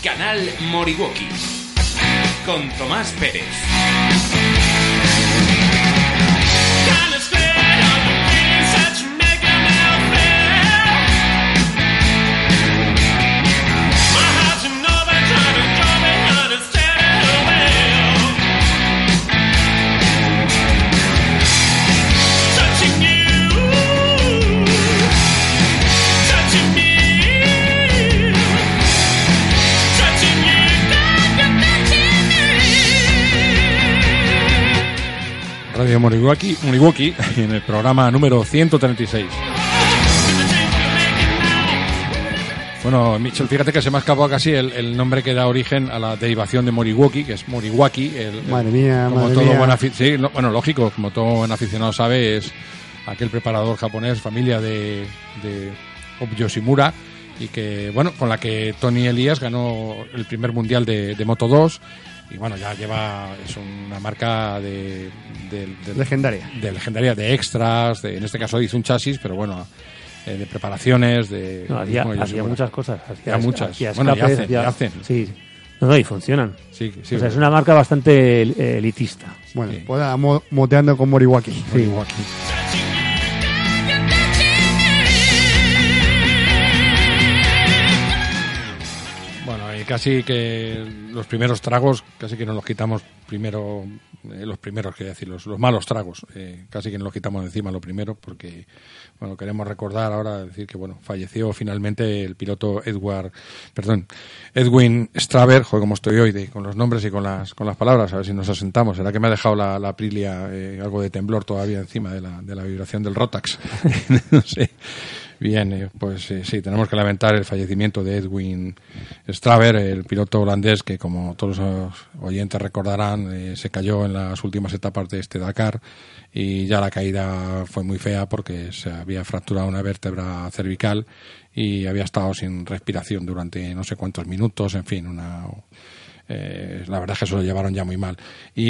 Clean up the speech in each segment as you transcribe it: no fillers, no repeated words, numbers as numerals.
Canal Moriwaki con Tomás Pérez. Radio Moriwaki en el programa número 136. Bueno, Michel, fíjate que se me ha escapado casi el nombre que da origen a la derivación de Moriwaki, que es Moriwaki. Madre mía, como madre todo mía. Bueno, lógico, como todo buen aficionado sabe, es aquel preparador japonés, familia de Yoshimura, y que, bueno, con la que Tony Elias ganó el primer mundial de Moto 2. Y bueno, ya es una marca legendaria. Legendaria, de extras, en este caso hizo un chasis, pero bueno, de preparaciones, hacía muchas cosas. Hacía muchas. Hacía bueno, escapes, ya hacen. Sí. No, y funcionan. Sí, o sea, es una marca bastante elitista. Bueno, sí. Pues moteando con Moriwaki. Sí. Moriwaki. Casi que los primeros tragos, casi que nos los quitamos primero, los primeros, quería decir, los malos tragos, casi que nos los quitamos de encima lo primero, porque, bueno, queremos recordar ahora, decir que, bueno, falleció finalmente el piloto Edwin Straber, joder, como estoy hoy, con los nombres y con las palabras, a ver si nos asentamos. Será que me ha dejado la Aprilia algo de temblor todavía encima de la vibración del Rotax. No sé. Bien, pues sí, tenemos que lamentar el fallecimiento de Edwin Straber, el piloto holandés que, como todos los oyentes recordarán, se cayó en las últimas etapas de este Dakar, y ya la caída fue muy fea porque se había fracturado una vértebra cervical y había estado sin respiración durante no sé cuántos minutos, en fin, la verdad es que se lo llevaron ya muy mal. Y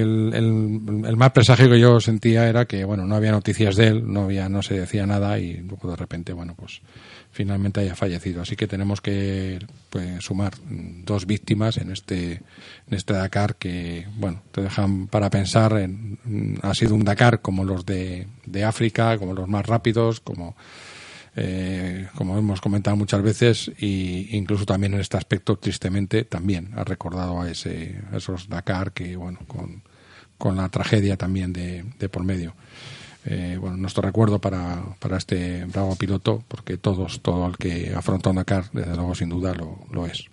el mal presagio que yo sentía era que, bueno, no había noticias de él, no se decía nada, y luego de repente, bueno, pues finalmente haya fallecido. Así que tenemos que, pues, sumar 2 víctimas en este Dakar que, bueno, te dejan para pensar. Ha sido un Dakar como los de África, como los más rápidos, como hemos comentado muchas veces, e incluso también en este aspecto, tristemente, también ha recordado a esos Dakar que, bueno, con la tragedia también de por medio. Bueno, nuestro recuerdo para este bravo piloto, porque todo el que afronta un Dakar, desde luego, sin duda, lo es.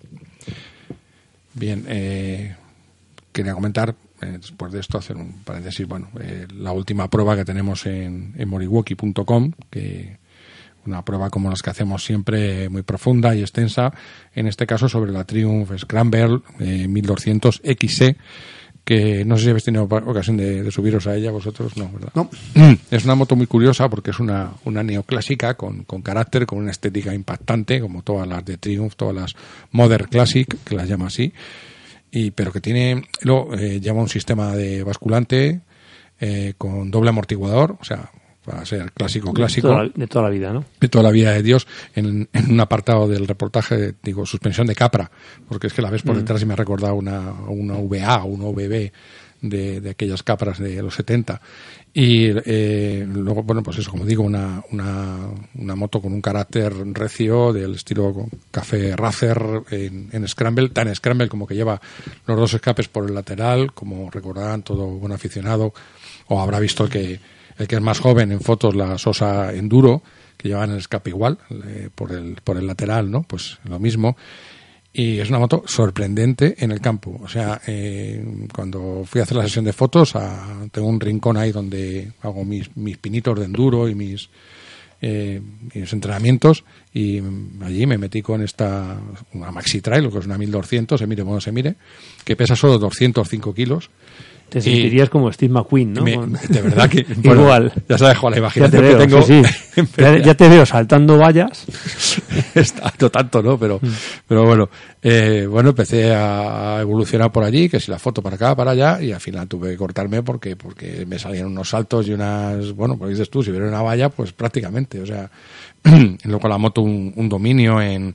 Bien, quería comentar, después de esto, hacer un paréntesis. Bueno, la última prueba que tenemos en moriwaki.com, que una prueba como las que hacemos siempre, muy profunda y extensa, en este caso sobre la Triumph Scramble 1200 XE, que no sé si habéis tenido ocasión de subiros a ella vosotros. No, ¿verdad? No. Es una moto muy curiosa porque es una neoclásica con carácter, con una estética impactante, como todas las de Triumph, todas las Modern Classic, que las llama así, pero que lleva un sistema de basculante con doble amortiguador, o sea, para ser clásico. De toda la vida, ¿no? De toda la vida de Dios. En un apartado del reportaje, digo, suspensión de capra, porque es que la ves por detrás y me ha recordado una VA o una VB de aquellas capras de los 70. Y luego, bueno, pues eso, como digo, una moto con un carácter recio del estilo café racer en Scramble, tan Scramble como que lleva los 2 escapes por el lateral, como recordarán todo buen aficionado, o habrá visto el que es más joven en fotos, la Sosa Enduro, que llevan el escape igual, por el lateral, ¿no? Pues lo mismo. Y es una moto sorprendente en el campo. O sea, cuando fui a hacer la sesión de fotos, tengo un rincón ahí donde hago mis pinitos de enduro y mis entrenamientos, y allí me metí con una Maxi Trail, que es una 1200, se mire como se mire, que pesa solo 205 kilos. Te sentirías como Steve McQueen, ¿no? De verdad que... Igual. Bueno, ya sabes, la imaginación ya te veo, que tengo. Sí. Ya te veo saltando vallas. No tanto, ¿no? Pero bueno. Bueno, empecé a evolucionar por allí, que si la foto para acá, para allá, y al final tuve que cortarme porque me salían unos saltos y unas... Bueno, pues dices tú, si hubiera una valla, pues prácticamente, o sea... Luego la moto un dominio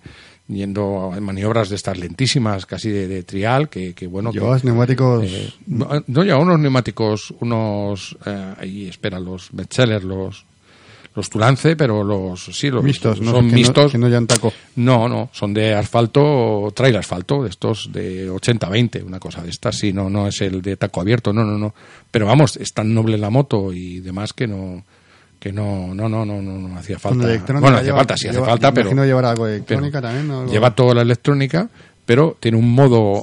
yendo a maniobras de estas lentísimas, casi de trial, que bueno... ¿Llevas neumáticos? No, lleva unos neumáticos, ahí esperan los bestsellers, los Tulance, pero los mixtos, ¿no? Son mixtos. Que no llevan taco. No, son de asfalto, trail asfalto, de estos de 80-20, una cosa de estas, sí, no es el de taco abierto, no. Pero vamos, es tan noble la moto y demás que no hacía falta. Bueno, hace falta, pero... Imagino llevar algo de electrónica también, ¿no? Lleva toda la electrónica, pero tiene un modo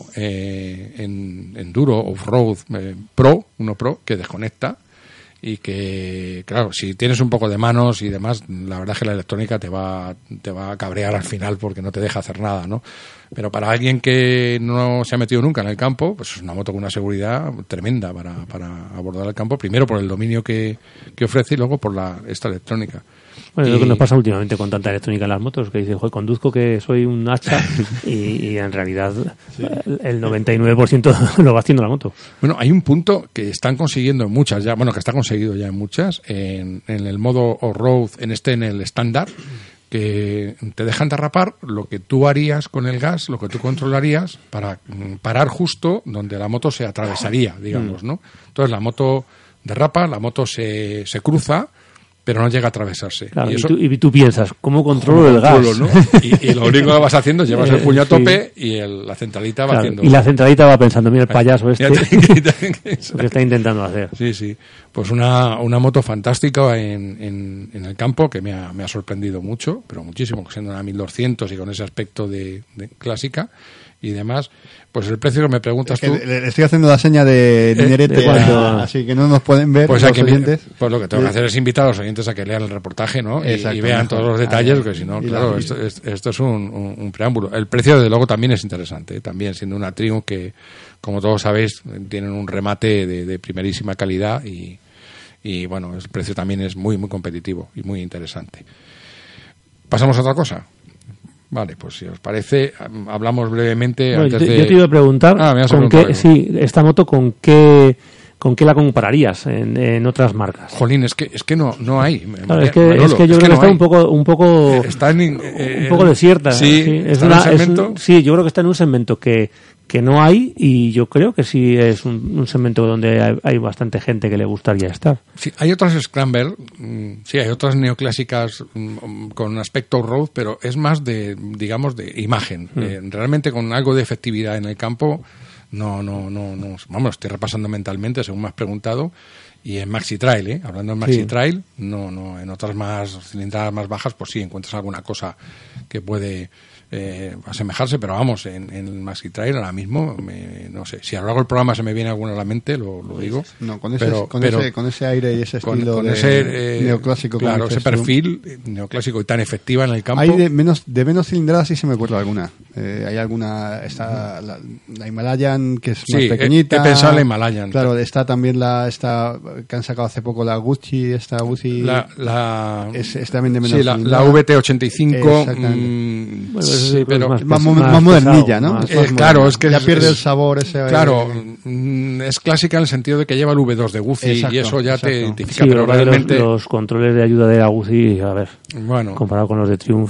en enduro, off-road uno pro, que desconecta y que, claro, si tienes un poco de manos y demás, la verdad es que la electrónica te va a cabrear al final porque no te deja hacer nada, ¿no? Pero para alguien que no se ha metido nunca en el campo, pues es una moto con una seguridad tremenda para abordar el campo, primero por el dominio que ofrece y luego por esta electrónica. Bueno, es lo que nos pasa últimamente con tanta electrónica en las motos, que dices, conduzco que soy un hacha y en realidad el 99% lo va haciendo la moto. Bueno, hay un punto que están consiguiendo en muchas ya, que está conseguido ya en muchas, en el modo off-road, en el estándar, que te dejan derrapar lo que tú harías con el gas, lo que tú controlarías para parar justo donde la moto se atravesaría, digamos, ¿no? Entonces la moto derrapa, la moto se cruza, pero no llega a atravesarse. Claro, y, eso, y tú piensas, ¿cómo controlo el gas? ¿no? Y lo único que vas haciendo es llevas el puño a tope y la centralita va haciendo... Y la centralita va pensando, mira el payaso lo que está intentando hacer. Sí. Pues una moto fantástica en el campo que me ha sorprendido mucho, pero muchísimo, siendo una 1200 y con ese aspecto de clásica y demás. Pues el precio que me preguntas tú... Le estoy haciendo la seña de dinerete, así que no nos pueden ver pues los oyentes. Pues lo que tengo que hacer es invitar a los oyentes a que lean el reportaje, ¿no? Y vean todos los detalles, porque si no, claro, esto es un preámbulo. El precio, desde luego, también es interesante, también siendo una Triumph que, como todos sabéis, tienen un remate de primerísima calidad y bueno, el precio también es muy, muy competitivo y muy interesante. ¿Pasamos a otra cosa? Vale, pues si os parece, hablamos brevemente antes de... Yo te iba a preguntar, esta moto, ¿con qué la compararías en otras marcas? Jolín, es que no hay. Claro, es que yo creo que está un poco desierta. Sí, sí, yo creo que está en un segmento que no hay, y yo creo que sí es un segmento donde hay bastante gente que le gustaría estar. Sí, hay otras Scrambler, sí, hay otras neoclásicas con aspecto road, pero es más de imagen. Realmente con algo de efectividad en el campo, no. Vamos, estoy repasando mentalmente según me has preguntado. Y en Maxi Trail, hablando en Maxi Trail, no, en otras cilindradas más bajas, pues sí, encuentras alguna cosa que puede asemejarse, pero vamos, en el Maxi Trail ahora mismo, no sé, si a lo largo del programa se me viene alguna a la mente, lo digo. No, con ese aire y ese estilo con ese, neoclásico. Claro, ese perfil neoclásico y tan efectiva en el campo. Hay de menos cilindradas, sí se me acuerda alguna. Hay alguna, está la Himalayan, que es más pequeñita. He pensado en la Himalayan. Claro, está también esta que han sacado hace poco, la Gucci, es también de menos cilindrada. La VT85. Bueno, pero más modernilla, ¿no? Claro, es que ya pierde el sabor ese. Claro, es clásica en el sentido de que lleva el V2 de Gucci, y eso ya te identifica. Sí, pero realmente los controles de ayuda de la Gucci, a ver, comparado con los de Triumph,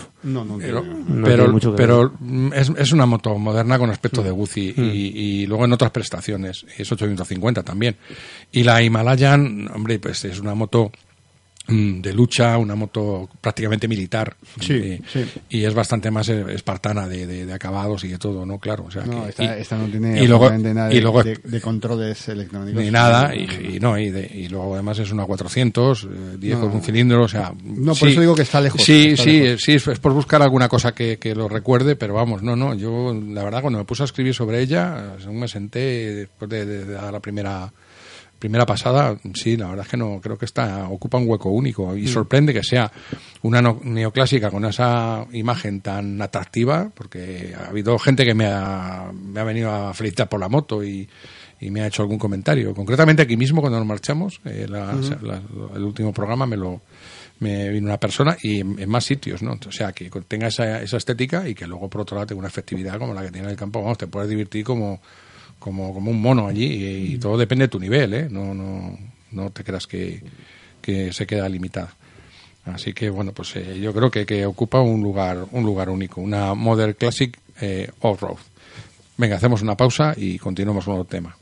pero es una moto moderna con aspecto de Gucci y luego en otras prestaciones es 850 también. Y la Himalayan, hombre, pues es una moto de lucha, una moto prácticamente militar, y es bastante más espartana de acabados y de todo, ¿no? Claro, o sea, esta no tiene nada de controles electrónicos ni nada, y luego además es una 400 10 con un cilindro, o sea, por eso digo que está lejos. Sí, es por buscar alguna cosa que lo recuerde, pero vamos, yo la verdad cuando me puse a escribir sobre ella, según me senté después de la primera pasada, sí, la verdad es que no creo que ocupa un hueco único y sorprende que sea una neoclásica con esa imagen tan atractiva, porque ha habido gente que me ha venido a felicitar por la moto y me ha hecho algún comentario. Concretamente aquí mismo cuando nos marchamos, el último programa me vino una persona y en más sitios, ¿no? O sea, que tenga esa estética y que luego por otro lado tenga una efectividad como la que tiene en el campo, vamos, te puedes divertir como un mono allí y todo depende de tu nivel, ¿eh? No te creas que se queda limitado. Así que bueno, pues yo creo que ocupa un lugar único, una Model Classic Off-Road. Venga, hacemos una pausa y continuamos con el tema.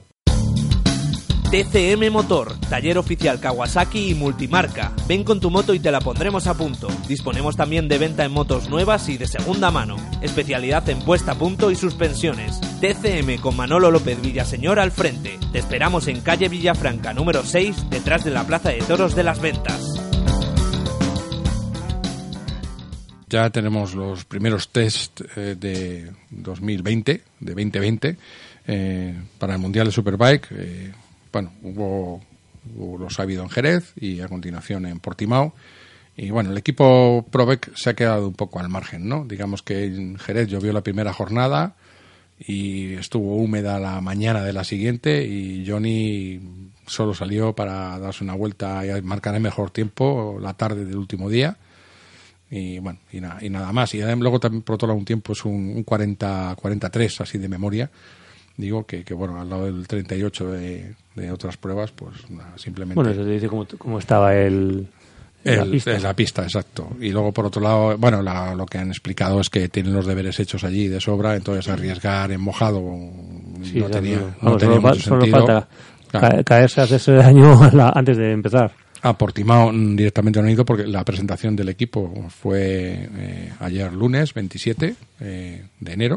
TCM Motor, taller oficial Kawasaki y multimarca. Ven con tu moto y te la pondremos a punto. Disponemos también de venta en motos nuevas y de segunda mano. Especialidad en puesta a punto y suspensiones. TCM con Manolo López Villaseñor al frente. Te esperamos en calle Villafranca número 6, detrás de la Plaza de Toros de las Ventas. Ya tenemos los primeros test de 2020, de 2020, para el Mundial de Superbike. Bueno, los ha habido en Jerez y a continuación en Portimao. Y bueno, el equipo Probec se ha quedado un poco al margen, ¿no? Digamos que en Jerez llovió la primera jornada y estuvo húmeda la mañana de la siguiente y Johnny solo salió para darse una vuelta y marcar el mejor tiempo la tarde del último día. Y bueno, y nada más. Y luego también, por otro lado, un tiempo es un 40-43, así de memoria. Digo que bueno, al lado del 38 de otras pruebas, pues nada, simplemente... Bueno, eso te dice cómo estaba la pista, exacto. Y luego, por otro lado, bueno, lo que han explicado es que tienen los deberes hechos allí de sobra, entonces arriesgar en mojado sí, no tenía solo mucho sentido. Falta caerse, hacerse daño antes de empezar. A Portimao directamente no han ido porque la presentación del equipo fue ayer lunes 27 de enero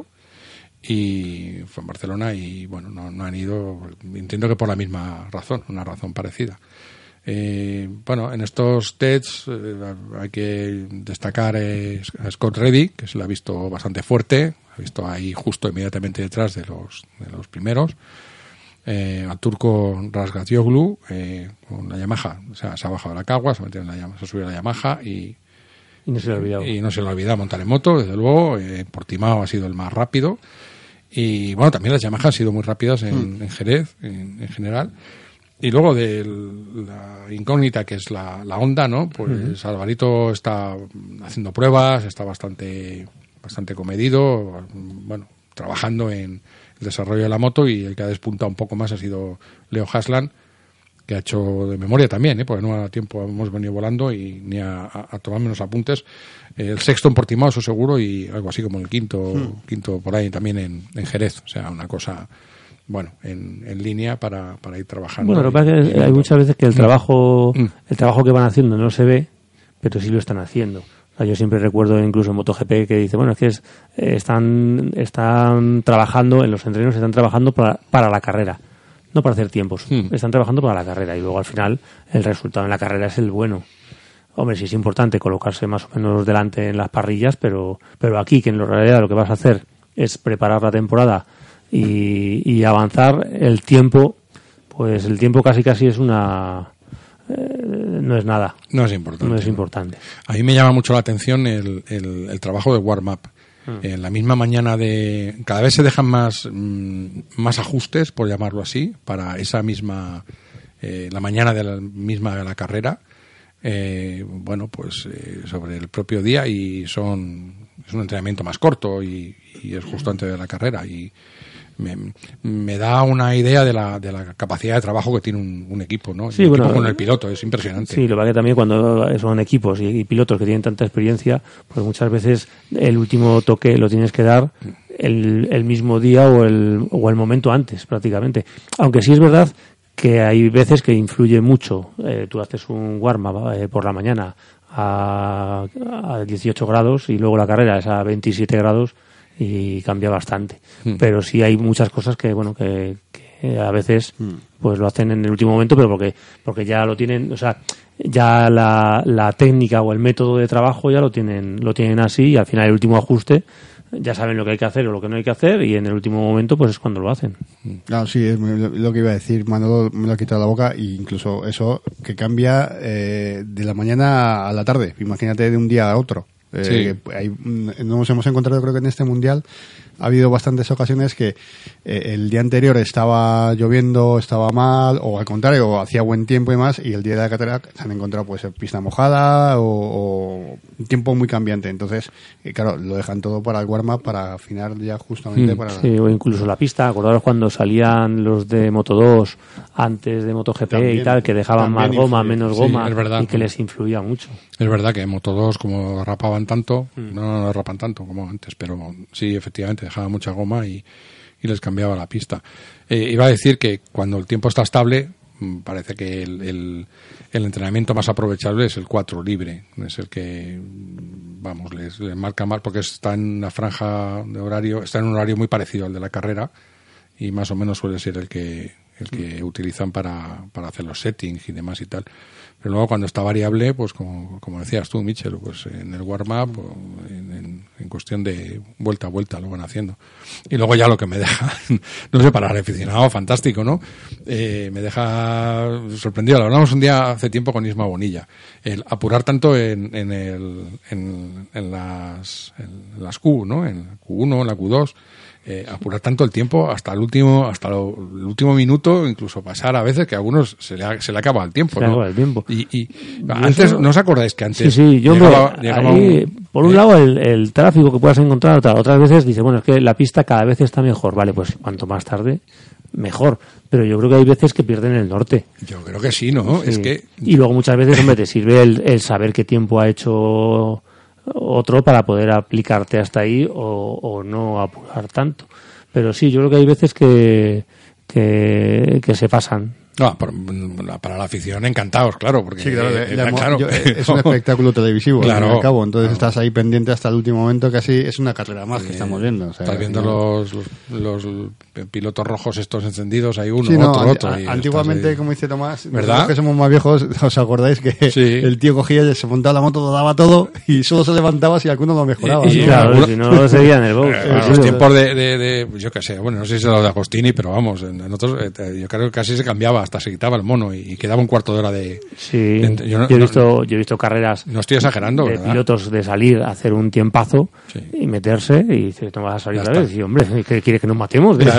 y fue en Barcelona y bueno, no han ido, entiendo que por la misma razón, una razón parecida. Bueno, en estos tests hay que destacar a Scott Reddy, que se lo ha visto bastante fuerte, ha visto ahí justo inmediatamente detrás de los primeros. Al turco Razgatlioglu con la Yamaha, o sea, se ha bajado la cagua, se ha metido en la Yamaha, se ha subido a la Yamaha y no se le ha olvidado. Y no se le ha olvidado montar en moto, desde luego. Portimao ha sido el más rápido. Y bueno, también las Yamaha han sido muy rápidas en Jerez, en general. Y luego de la incógnita que es la Honda, ¿no? Pues Alvarito está haciendo pruebas, está bastante comedido, bueno, trabajando en el desarrollo de la moto, y el que ha despuntado un poco más ha sido Leo Haslan, que ha hecho de memoria también, porque no a tiempo hemos venido volando y ni a tomar menos apuntes. El sexto en Portimao, eso seguro, y algo así como el quinto por ahí también en Jerez. O sea, una cosa, bueno, en línea para ir trabajando. Bueno, lo que pasa es que hay muchas veces que el trabajo que van haciendo no se ve, pero sí lo están haciendo. O sea, yo siempre recuerdo incluso en MotoGP que dice, bueno, es que están trabajando, en los entrenos están trabajando para la carrera, no para hacer tiempos, están trabajando para la carrera, y luego al final el resultado en la carrera es el bueno. Hombre, sí es importante colocarse más o menos delante en las parrillas, pero aquí, que en realidad lo que vas a hacer es preparar la temporada y avanzar, el tiempo, pues el tiempo casi es una... no es nada. No es importante. No es importante. A mí me llama mucho la atención el trabajo de warm-up. En la misma mañana cada vez se dejan más ajustes, por llamarlo así, para esa misma la mañana de la carrera. Bueno, pues sobre el propio día, y es un entrenamiento más corto y es justo antes de la carrera, y me da una idea de la capacidad de trabajo que tiene un equipo, ¿no? Sí, equipo con el piloto, es impresionante. Sí, lo que pasa que también cuando son equipos y pilotos que tienen tanta experiencia, pues muchas veces el último toque lo tienes que dar el mismo día o el momento antes, prácticamente. Aunque sí es verdad que hay veces que influye mucho. Tú haces un warm-up por la mañana a 18 grados y luego la carrera es a 27 grados y cambia bastante. Pero sí hay muchas cosas que a veces pues lo hacen en el último momento, pero porque ya lo tienen, o sea, ya la técnica o el método de trabajo ya lo tienen así, y al final el último ajuste ya saben lo que hay que hacer o lo que no hay que hacer, y en el último momento pues es cuando lo hacen. Claro, sí, es lo que iba a decir, Manolo me lo ha quitado la boca, e incluso eso que cambia de la mañana a la tarde, imagínate de un día a otro. Nos hemos encontrado, creo que en este mundial ha habido bastantes ocasiones que el día anterior estaba lloviendo, estaba mal, o al contrario, hacía buen tiempo y más, y el día de la carrera se han encontrado pues pista mojada o un tiempo muy cambiante. Entonces, claro, lo dejan todo para el warm-up, para afinar ya justamente para... Sí, o incluso la pista. Acordaros cuando salían los de Moto2 antes de MotoGP También, y tal, que dejaban más goma, menos Sí, goma, es verdad. y que les influía mucho. Es verdad que en Moto2, como rapaban tanto, no rapan tanto como antes, pero sí, efectivamente, dejaba mucha goma y les cambiaba la pista. Iba a decir que cuando el tiempo está estable, parece que el entrenamiento más aprovechable es el 4 libre, es el que, vamos, les marca más, porque está en una franja de horario, está en un horario muy parecido al de la carrera, y más o menos suele ser el que utilizan para hacer los settings y demás y tal. Pero luego cuando está variable, pues como decías tú, Michel, pues en el warm-up, en cuestión de vuelta a vuelta lo van haciendo. Y luego ya lo que me deja, no sé, para el aficionado, fantástico, ¿no? Me deja sorprendido. Lo hablamos un día hace tiempo con Isma Bonilla. El apurar tanto en las Q, ¿no? En la Q1, en la Q2. Apurar tanto el tiempo hasta el último minuto, incluso pasar a veces que a algunos se le acaba el tiempo, ¿no? El tiempo. Y antes, ¿no os acordáis que antes yo llegaba ahí, por un lado el tráfico que puedas encontrar, otras veces dice, bueno, es que la pista cada vez está mejor, vale, pues cuanto más tarde mejor, pero yo creo que hay veces que pierden el norte. Yo creo que sí, ¿no? Sí. Es que y luego muchas veces, hombre, te sirve el saber qué tiempo ha hecho otro para poder aplicarte hasta ahí o no apurar tanto. Pero sí, yo creo que hay veces que se pasan. no, para la afición encantados, claro, porque Sí, claro, claro. es un espectáculo televisivo, Claro, al fin y al cabo. Entonces claro. estás ahí pendiente hasta el último momento, casi es una carrera más que estamos viendo. O sea, Estás viendo los pilotos rojos estos encendidos, hay uno, Sí, no, otro. Y antiguamente, estás ahí. como dice Tomás, ¿Verdad? nosotros que somos más viejos, ¿os acordáis que Sí. el tío cogía, se montaba la moto, lo daba todo y solo se levantaba si alguno lo mejoraba? Y- ¿no? Claro, alguno- si no seguían el box. Los tiempos de yo qué sé, bueno, no sé si era los de Agostini, pero vamos, en otros, yo creo que casi se cambiaba, hasta se quitaba el mono y quedaba un cuarto de hora de... Sí, Yo yo he visto carreras No estoy exagerando, de ¿verdad? pilotos de salir a hacer un tiempazo Sí. y meterse y dice, no vas a salir Ya otra vez. está. Y hombre, ¿qué quiere que nos matemos? Claro.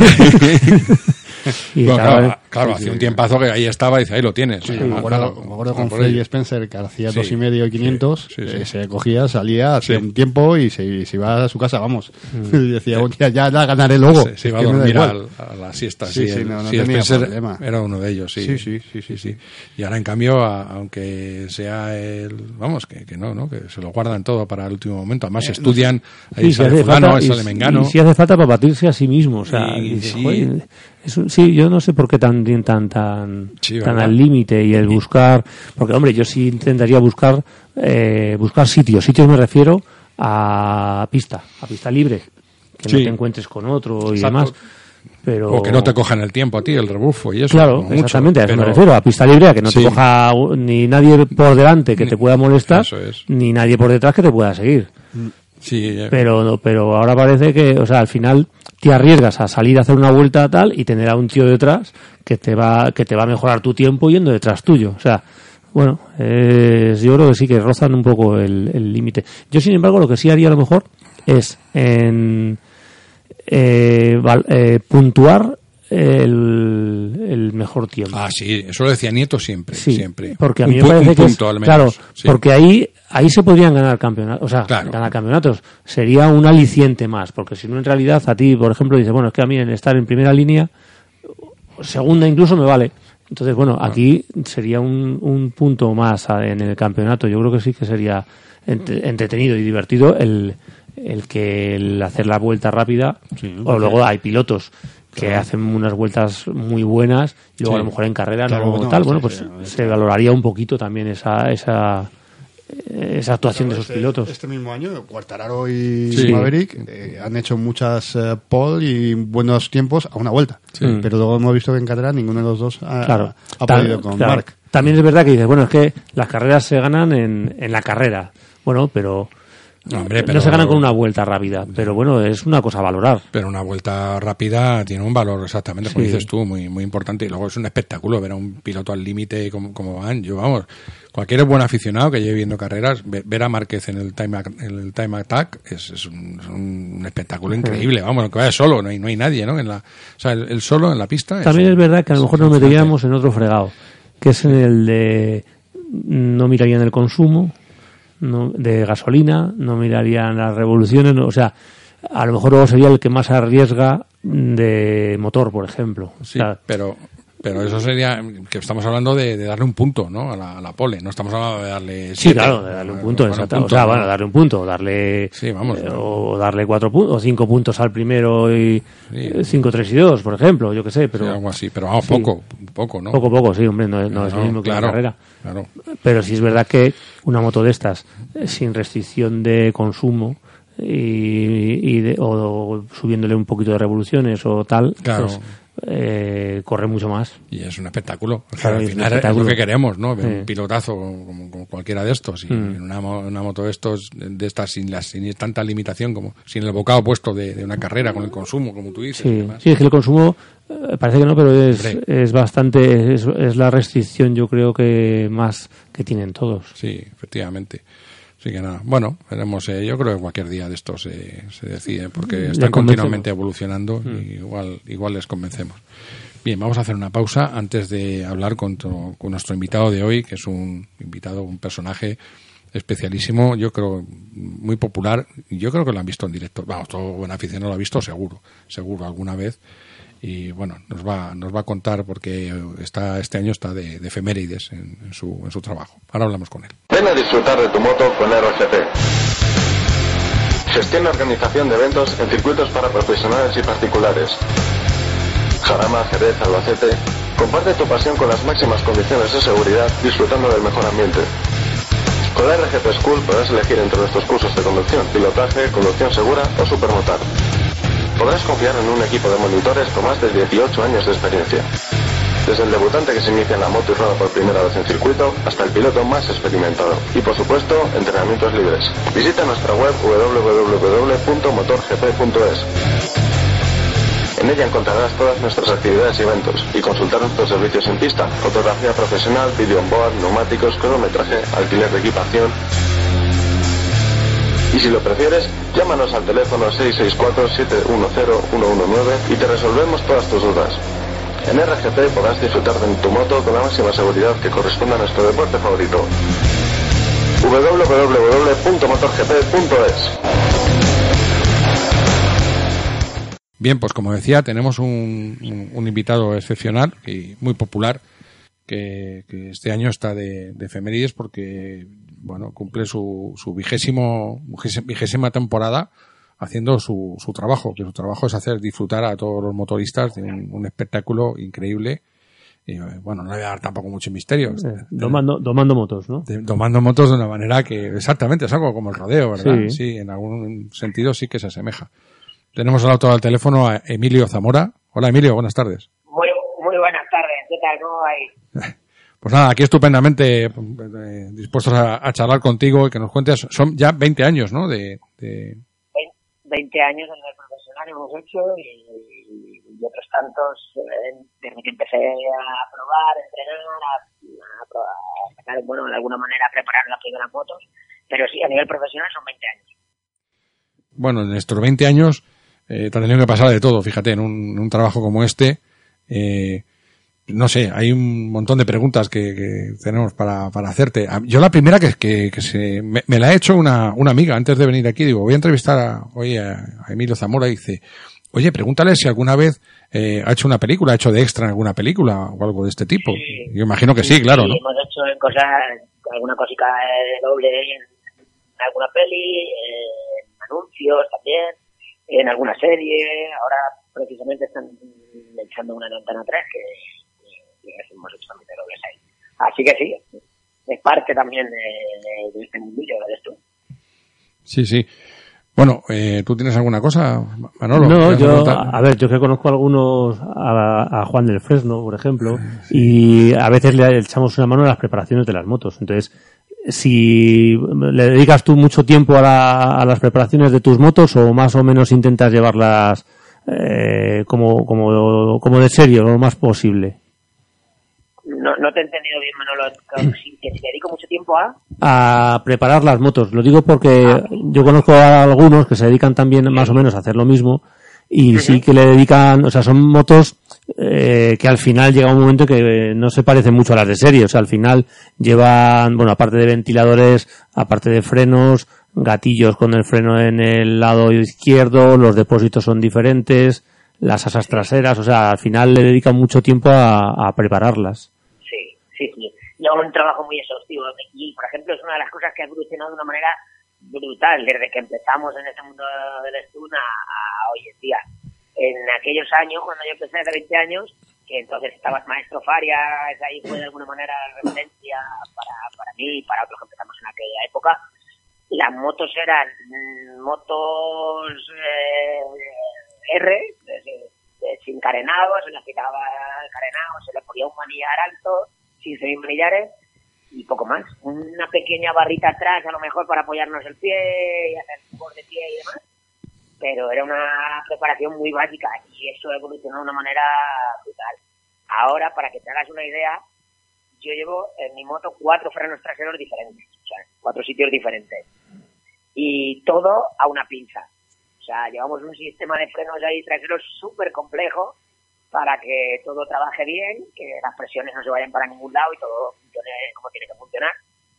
Y Bueno, estaba- claro, hacía un tiempazo que ahí estaba y dice, ahí lo tienes. Sí, O sea, me acuerdo con por Freddy ello. Spencer, que hacía Sí, 2,5 y 500, sí, sí. se cogía, salía, hacía Sí. un tiempo y se iba a su casa, vamos. Y decía, "Hostia, ya la ganaré luego. Se iba a que me da dormir igual". a la siesta. Sí, Sí, sí, el- no sí, tenía Spencer problema. era uno de ellos, sí. Sí. Y ahora, en cambio, aunque sea vamos, que no, que se lo guardan todo para el último momento. Además, estudian, ahí Sí, si sale hace fulano, falta, ahí sale mengano. y si hace falta para batirse a sí mismo, o sea, Y dices, sí. "Joder, sí, yo no sé por qué tan Sí, tan ¿verdad? al límite y el buscar, porque hombre, yo sí intentaría buscar sitios me refiero a pista libre, que no Sí. te encuentres con otro y Exacto. demás, pero O que no te cojan el tiempo a ti, el rebufo y eso. claro, como mucho, exactamente, a eso me pero- refiero, a pista libre, a que no Sí. te coja ni nadie por delante que te pueda molestar, Eso es. ni nadie por detrás que te pueda seguir. Sí, Pero ahora parece que, o sea, al final te arriesgas a salir a hacer una vuelta tal y tener a un tío detrás que te va a mejorar tu tiempo yendo detrás tuyo. O sea, bueno, yo creo que sí que rozan un poco el límite. Yo, sin embargo, lo que sí haría a lo mejor es puntuar el mejor tiempo. Ah, sí, eso lo decía Nieto siempre, Sí, siempre. porque a Un mí me pu- parece un que punto, al menos. claro, Sí. porque ahí se podrían ganar campeonatos, o sea, Claro. ganar campeonatos sería un aliciente más, porque si no en realidad a ti, por ejemplo, dices, bueno, es que a mí en estar en primera línea, segunda incluso me vale. Entonces, bueno, aquí sería un punto más en el campeonato. Yo creo que sí que sería entretenido y divertido el hacer la vuelta rápida. O luego hay pilotos que hacen unas vueltas muy buenas y luego Sí. a lo mejor en carrera Claro, no no, tal. sí, Bueno, sí, pues no, se valoraría un poquito también esa actuación de esos pilotos. Este mismo año, Quartararo y Sí. Maverick han hecho muchas pole y buenos tiempos a una vuelta. Sí. Pero luego hemos visto que en carrera ninguno de los dos ha Claro. podido con Claro. Marc. También es verdad que dices, bueno, es que las carreras se ganan en la carrera. Bueno, pero Hombre, no se ganan con una vuelta rápida, pero bueno, es una cosa a valorar. Pero una vuelta rápida tiene un valor exactamente, como Sí. dices tú, muy muy importante. Y luego es un espectáculo ver a un piloto al límite como van. Yo, vamos, cualquier buen aficionado que lleve viendo carreras, ver a Márquez en el time attack es un espectáculo increíble. Vamos, aunque vaya solo, no hay nadie, ¿no? O sea, el solo en la pista. También es verdad que a lo mejor nos fascinante. meteríamos en otro fregado, que es en el de no mirarían el consumo de gasolina, no mirarían las revoluciones, o sea, a lo mejor luego sería el que más arriesga de motor, por ejemplo. Sí, O sea, pero eso sería que estamos hablando de darle un punto, ¿no? A la pole. No estamos hablando de darle sí, 7. claro, de darle un punto, Bueno, exacto. punto, O sea, ¿no? bueno, darle un punto, darle Sí, vamos, o darle 4 puntos o 5 puntos al primero y Sí. 5, 3 y 2, por ejemplo, yo qué sé, pero Sí, algo así, pero vamos, sí. poco, ¿no? Poco, sí, hombre, no es lo mismo que claro, la carrera. Claro. Pero sí es verdad que una moto de estas, sin restricción de consumo o subiéndole un poquito de revoluciones o tal, Claro. pues, corre mucho más. Y es un espectáculo. O sea, Claro, al es un final es espectáculo. lo que queremos, ¿no? Ver Sí. un pilotazo como cualquiera de estos. Y en una moto de estas sin tanta limitación, como sin el bocado puesto de una carrera, con el consumo, como tú dices. y Sí, demás. sí, es que el consumo parece que no, pero Hombre. es bastante, es la restricción yo creo que más que tienen todos. Sí, efectivamente. Así que nada, bueno, veremos. Yo creo que cualquier día de estos se decide, porque Le están convencemos. continuamente evolucionando y igual les convencemos. Bien, vamos a hacer una pausa antes de hablar con nuestro invitado de hoy, que es un personaje especialísimo, yo creo muy popular. Yo creo que lo han visto en directo. Vamos, todo buen aficionado lo ha visto seguro alguna vez. Y bueno, nos va a contar porque este año está de efemérides en su trabajo. Ahora hablamos con él. Ven a disfrutar de tu moto con RGP. Gestión y organización de eventos en circuitos para profesionales y particulares. Jarama, Jerez, Albacete. Comparte tu pasión con las máximas condiciones de seguridad, disfrutando del mejor ambiente. Con la RGP School podrás elegir entre nuestros cursos de conducción, pilotaje, conducción segura o supermotar. Podrás confiar en un equipo de monitores con más de 18 años de experiencia. Desde el debutante que se inicia en la moto y rueda por primera vez en circuito, hasta el piloto más experimentado. Y por supuesto, entrenamientos libres. Visita nuestra web www.motorgp.es. En ella encontrarás todas nuestras actividades y eventos, y consultar nuestros servicios en pista, fotografía profesional, vídeo on board, neumáticos, cronometraje, alquiler de equipación. Y si lo prefieres, llámanos al teléfono 664-710-119 y te resolvemos todas tus dudas. En RGP podrás disfrutar de tu moto con la máxima seguridad que corresponde a nuestro deporte favorito. www.motorgp.es. Bien, pues como decía, tenemos un invitado excepcional y muy popular que este año está de efemérides porque bueno, cumple su vigésima temporada haciendo su trabajo, que su trabajo es hacer disfrutar a todos los motoristas de un espectáculo increíble. Y bueno, no le voy a dar tampoco mucho misterio. Domando motos, ¿no? Domando motos de una manera que exactamente es algo como el rodeo, ¿verdad? Sí. Sí, en algún sentido sí que se asemeja. Tenemos al teléfono a Emilio Zamora. Hola Emilio, buenas tardes. Muy buenas tardes, ¿qué tal? ¿Cómo vais? Pues nada, aquí estupendamente dispuestos a charlar contigo y que nos cuentes. Son ya 20 años, ¿no? 20 años en el profesional hemos hecho y otros tantos desde que empecé a probar, a entrenar, a sacar, bueno, de alguna manera a preparar las primeras motos. Pero sí, a nivel profesional son 20 años. Bueno, en estos 20 años te ha tenido que pasar de todo, fíjate, en un trabajo como este. No sé, hay un montón de preguntas que tenemos para hacerte. Yo la primera que me la ha hecho una amiga antes de venir aquí. Digo, voy a entrevistar a Emilio Zamora y dice, oye, pregúntale si alguna vez ha hecho una película, ha hecho de extra en alguna película o algo de este tipo. Sí. Yo imagino que sí, claro, ¿no? Hemos hecho alguna cosita doble en alguna peli, en anuncios también, en alguna serie. Ahora precisamente están echando una en Antena 3 que hemos hecho también de dobles ahí. Así que sí, es parte también de este mundillo, ¿ves tú? Sí, sí. Bueno, ¿tú tienes alguna cosa, Manolo? No, ¿Quieres preguntar? a ver, yo que conozco a algunos, a Juan del Fresno, por ejemplo, y a veces le echamos una mano en las preparaciones de las motos. Entonces, si le dedicas tú mucho tiempo a las preparaciones de tus motos o más o menos intentas llevarlas como de serie lo más posible. No te he entendido bien, Manolo. Que si dedico mucho tiempo a preparar las motos. Lo digo porque yo conozco a algunos que se dedican también más o menos a hacer lo mismo y sí que le dedican, o sea, son motos que al final llega un momento que no se parecen mucho a las de serie. O sea, al final llevan, bueno, aparte de ventiladores, aparte de frenos, gatillos con el freno en el lado izquierdo, los depósitos son diferentes, las asas traseras, o sea, al final le dedican mucho tiempo a prepararlas. Sí. Lleva un trabajo muy exhaustivo y, por ejemplo, es una de las cosas que ha evolucionado de una manera brutal desde que empezamos en este mundo del Stun a hoy en día. En aquellos años, cuando yo empecé hace 20 años, que entonces estabas Maestro Farias, ahí fue de alguna manera referencia para mí y para otros que empezamos en aquella época, las motos eran motos R, sin carenado, se les quitaba el carenado, se les ponía un manillar alto, sin semimanillares y poco más. Una pequeña barrita atrás, a lo mejor para apoyarnos el pie y hacer fútbol de pie y demás. Pero era una preparación muy básica y eso evolucionó de una manera brutal. Ahora, para que te hagas una idea, yo llevo en mi moto 4 frenos traseros diferentes, o sea, 4 sitios diferentes. Y todo a una pinza. O sea, llevamos un sistema de frenos ahí traseros súper complejo para que todo trabaje bien, que las presiones no se vayan para ningún lado y todo funcione como tiene que funcionar.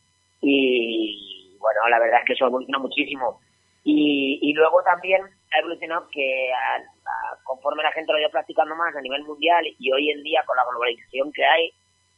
Y bueno, la verdad es que eso evoluciona muchísimo. Y luego también ha evolucionado que conforme la gente lo ha ido practicando más a nivel mundial y hoy en día con la globalización que hay,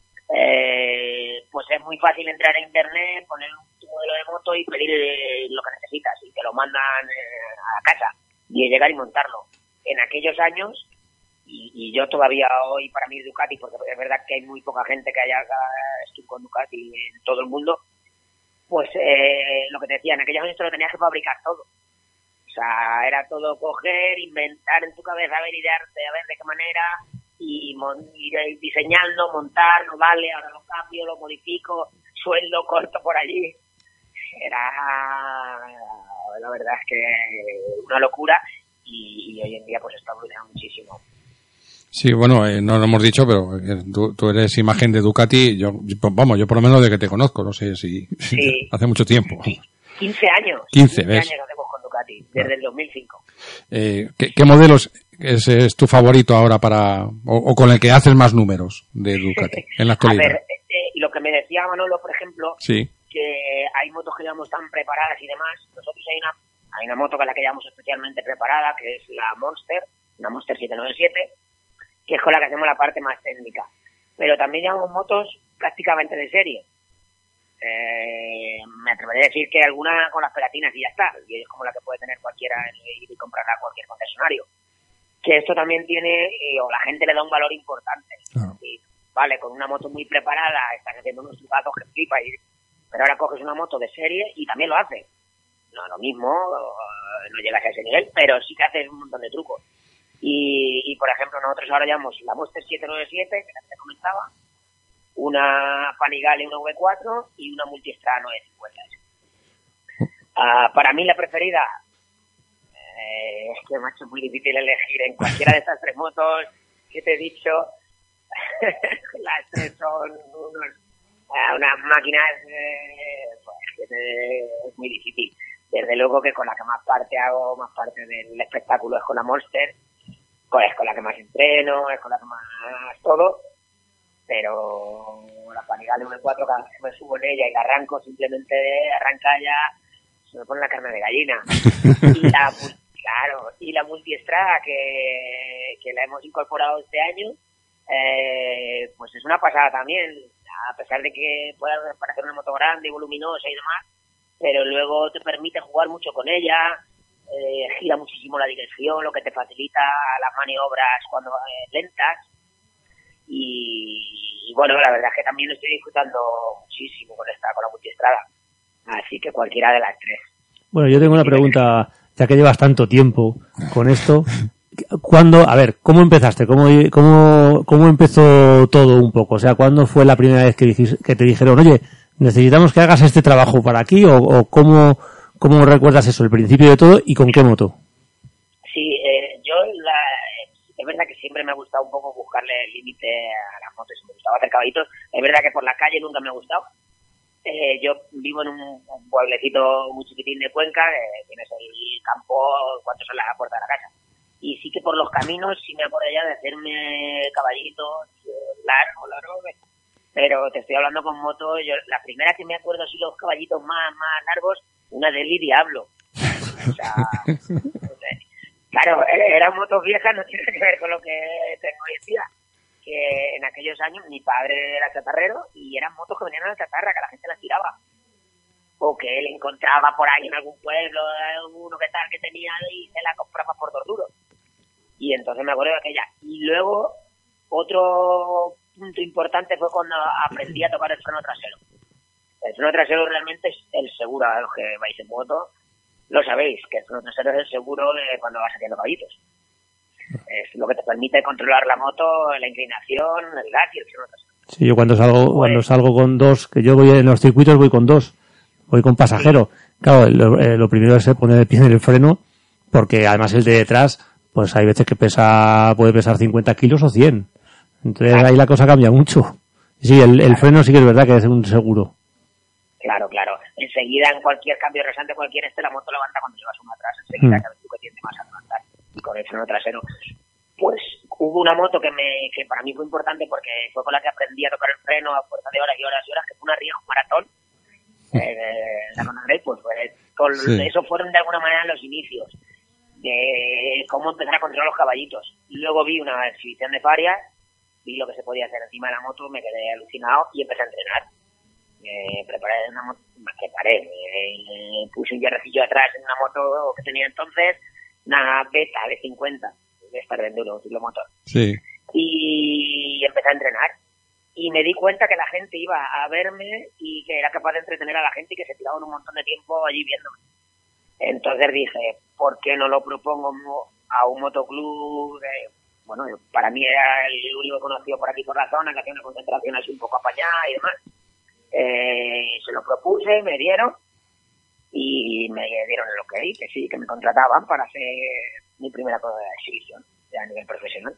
pues es muy fácil entrar a internet, poner un modelo de moto y pedir lo que necesitas y te lo mandan a casa y llegar y montarlo. En aquellos años, y yo todavía hoy para mí Ducati, porque es verdad que hay muy poca gente que haya estudiado con Ducati en todo el mundo, pues lo que te decía, en aquellos años te lo tenías que fabricar todo. O sea, era todo coger, inventar en tu cabeza, a ver, idearte, a ver de qué manera, y ir diseñando, montar, no vale, ahora lo cambio, lo modifico, sueldo corto por allí. Era, la verdad es que una locura y hoy en día pues está evolucionando muchísimo. Sí, bueno, no lo hemos dicho, pero tú eres imagen de Ducati. Yo por lo menos de que te conozco, no sé si sí. Hace mucho tiempo. Sí. 15 años. 15, ¿ves? 15 años hacemos con Ducati, desde el 2005. ¿Qué modelos es tu favorito ahora o con el que haces más números de Ducati en la actualidad? A ver, lo que me decía Manolo, por ejemplo, sí, que hay motos que llevamos tan preparadas y demás. Nosotros hay una moto con la que llevamos especialmente preparada, que es la Monster, una Monster 797, que es con la que hacemos la parte más técnica. Pero también llevamos motos prácticamente de serie. Me atrevería a decir que alguna con las pegatinas y ya está, y es como la que puede tener cualquiera y comprarla a cualquier concesionario. Que esto también tiene, o la gente le da un valor importante. Y, vale, con una moto muy preparada estás haciendo unos trucazos que flipa, pero ahora coges una moto de serie y también lo hace. No lo mismo, no llegas a ese nivel, pero sí que haces un montón de trucos. Y por ejemplo, nosotros ahora llevamos la Monster 797, que te comentaba, una Panigale, una V4 y una Multistrada 950. Para mí la preferida, es que macho, es muy difícil elegir en cualquiera de estas 3 motos que te he dicho. Las 3 son unas máquinas, pues, es muy difícil. Desde luego que con la que más parte del espectáculo es con la Monster, pues es con la que más entreno, es con la que más todo. Pero la Panigale V4, cada vez que me subo en ella y la arranco, simplemente arranca ya, se me pone la carne de gallina. Y la Multistrada que la hemos incorporado este año, pues es una pasada también, a pesar de que pueda parecer una moto grande y voluminosa y demás, pero luego te permite jugar mucho con ella, gira muchísimo la dirección, lo que te facilita las maniobras cuando lentas. Y bueno, la verdad es que también estoy disfrutando muchísimo con la Multistrada. Así que cualquiera de las 3. Bueno, yo tengo una pregunta, ya que llevas tanto tiempo con esto. ¿Cómo empezaste? ¿Cómo empezó todo un poco? O sea, ¿cuándo fue la primera vez que te dijeron, oye, necesitamos que hagas este trabajo para aquí, o cómo recuerdas eso, el principio de todo y con qué moto. Sí, es verdad que siempre me ha gustado un poco buscarle el límite a las motos, me gustaba hacer caballitos, es verdad que por la calle nunca me ha gustado. Yo vivo en un pueblecito muy chiquitín de Cuenca, tienes el campo, ¿cuántos son las puertas de la casa? Y sí que por los caminos sí me acuerdo ya de hacerme caballitos largos, pero te estoy hablando con moto, la primera que me acuerdo sí los caballitos más largos, una de Lee Diablo. O sea, claro, eran motos viejas, no tiene que ver con lo que tengo hoy en día. Que en aquellos años mi padre era chatarrero y eran motos que venían a la chatarra, que la gente las tiraba. O que él encontraba por ahí en algún pueblo, uno que tal que tenía y se la compraba por 2 duros. Y entonces me acuerdo de aquella. Y luego, otro punto importante fue cuando aprendí a tocar el freno trasero. El freno trasero realmente es el seguro, a los que vais en moto, lo sabéis, que el freno trasero es el seguro de cuando vas haciendo caballitos. Es lo que te permite controlar la moto, la inclinación, el gas y el freno trasero. Sí, yo cuando salgo con 2, que yo voy en los circuitos, voy con 2, voy con pasajero. Sí. Claro, lo primero es poner el pie en el freno, porque además el de detrás, pues hay veces que puede pesar 50 kilos o 100. Entonces ahí la cosa cambia mucho. Sí, el freno sí que es verdad que es un seguro. Claro. Enseguida, en cualquier cambio rasante, la moto levanta cuando llevas uno atrás. Enseguida sabes tú que tiende más a levantar. Y con el freno trasero. Pues hubo una moto que para mí fue importante porque fue con la que aprendí a tocar el freno a fuerza de horas y horas y horas, que fue una Riejo Maratón. La conocéis, pues eso fueron de alguna manera los inicios de cómo empezar a controlar los caballitos. Luego vi una exhibición de Farias, vi lo que se podía hacer encima de la moto, me quedé alucinado y empecé a entrenar. Puse un hierrecillo atrás en una moto que tenía entonces, una Beta de 50, de estar de enduro, un motor. Sí. Y empecé a entrenar. Y me di cuenta que la gente iba a verme y que era capaz de entretener a la gente y que se tiraban un montón de tiempo allí viéndome. Entonces dije, ¿por qué no lo propongo a un motoclub? Bueno, para mí era el único conocido por aquí por la zona, que hacía una concentración así un poco apañada y demás. Se lo propuse, me dieron y me dieron el ok, que sí, que me contrataban para hacer mi primera exhibición a nivel profesional.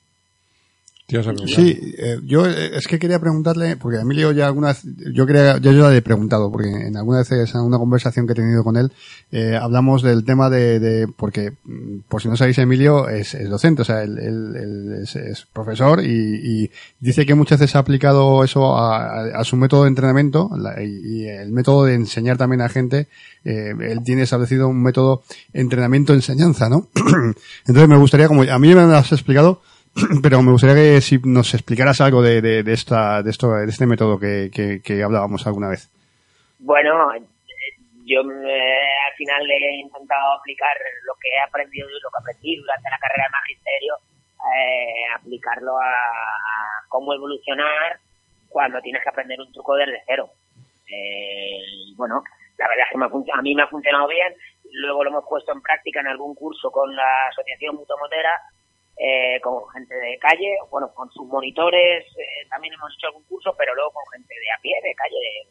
Sí, yo es que quería preguntarle, porque a Emilio ya alguna vez, yo le he preguntado, porque en alguna vez en una conversación que he tenido con él, hablamos del tema porque, por si no sabéis, Emilio es docente, o sea, él es profesor y dice que muchas veces ha aplicado eso a su método de entrenamiento y el método de enseñar también a gente. Él tiene establecido un método entrenamiento-enseñanza, ¿no? Entonces me gustaría, como a mí me lo has explicado, pero me gustaría que si nos explicaras algo de este método que hablábamos alguna vez. Bueno, yo al final he intentado aplicar lo que he aprendido y lo que aprendí durante la carrera de magisterio, aplicarlo a cómo evolucionar cuando tienes que aprender un truco desde cero. Bueno, la verdad es que a mí me ha funcionado bien. Luego lo hemos puesto en práctica en algún curso con la Asociación Mutomotera, con gente de calle, bueno, con sus monitores, también hemos hecho algún curso, pero luego con gente de a pie, de calle,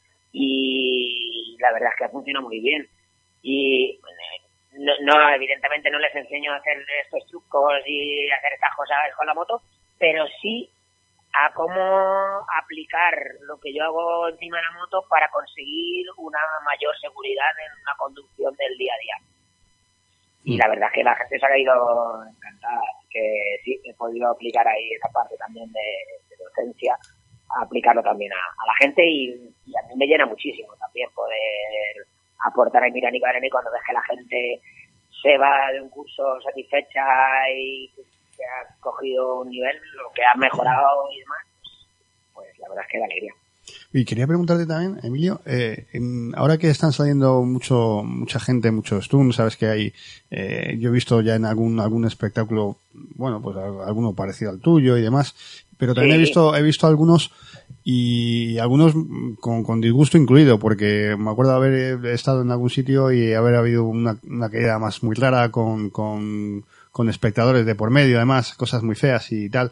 y la verdad es que ha funcionado muy bien. Y no, evidentemente no les enseño a hacer estos trucos y hacer estas cosas con la moto, pero sí a cómo aplicar lo que yo hago encima de la moto para conseguir una mayor seguridad en una conducción del día a día. Y la verdad es que la gente se ha caído encantada, que sí, he podido aplicar ahí esa parte también de docencia, aplicarlo también a la gente y a mí me llena muchísimo también poder aportar a mi granito de arena, y cuando ves que la gente se va de un curso satisfecha y que ha cogido un nivel, lo que ha mejorado y demás, pues la verdad es que da alegría. Y quería preguntarte también, Emilio, ahora que están saliendo mucha gente, muchos tunes, sabes que hay, yo he visto ya en algún espectáculo, bueno, pues alguno parecido al tuyo y demás, pero también sí. he visto algunos y algunos con disgusto incluido, porque me acuerdo haber estado en algún sitio y haber habido una caída más muy rara con espectadores de por medio, además, cosas muy feas y tal.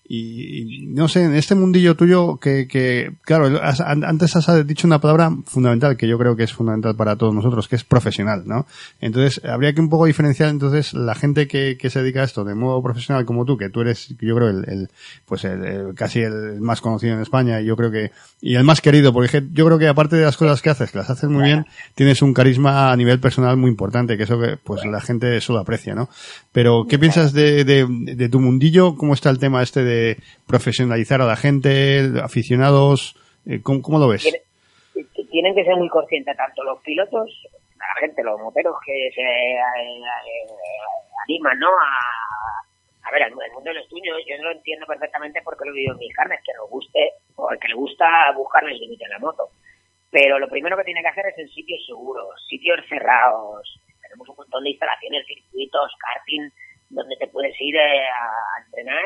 y no sé, en este mundillo tuyo que claro, antes has dicho una palabra fundamental que yo creo que es fundamental para todos nosotros, que es profesional, ¿no? Entonces, habría que un poco diferenciar entonces la gente que se dedica a esto de modo profesional como tú, que tú eres, yo creo, casi el más conocido en España y yo creo que, y el más querido, porque yo creo que aparte de las cosas que las haces muy bien, tienes un carisma a nivel personal muy importante, que eso que, pues la gente eso lo aprecia, ¿no? Pero, ¿qué piensas de tu mundillo? ¿Cómo está el tema este de profesionalizar a la gente, aficionados? ¿Cómo lo ves? Tienen que ser muy conscientes tanto los pilotos, la gente, los moteros que se animan, ¿no? A ver, el mundo del estudio yo lo entiendo perfectamente porque lo he vivido en mis carnes, que nos guste, o el que le gusta buscar el límite en la moto. Pero lo primero que tiene que hacer es en sitios seguros, sitios cerrados. Tenemos un montón de instalaciones, circuitos, karting, donde te puedes ir a entrenar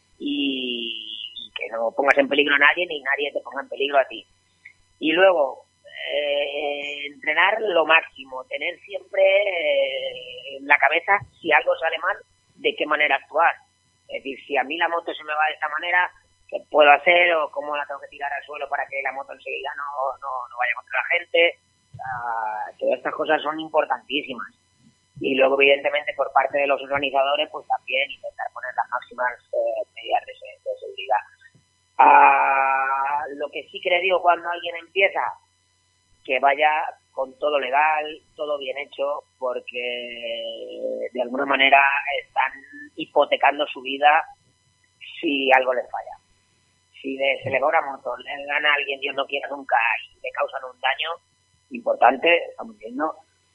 y que no pongas en peligro a nadie ni nadie te ponga en peligro a ti. Y luego, entrenar lo máximo, tener siempre en la cabeza si algo sale mal, de qué manera actuar. Es decir, si a mí la moto se me va de esta manera, ¿qué puedo hacer o cómo la tengo que tirar al suelo para que la moto enseguida no vaya contra la gente? Todas estas cosas son importantísimas. Y luego, evidentemente, por parte de los organizadores, pues también intentar poner las máximas medidas de seguridad. Lo que sí que le digo cuando alguien empieza, que vaya con todo legal, todo bien hecho, porque de alguna manera están hipotecando su vida si algo les falla. Si se le va una moto, le gana a alguien, Dios no quiera nunca, y le causan un daño importante, estamos viendo,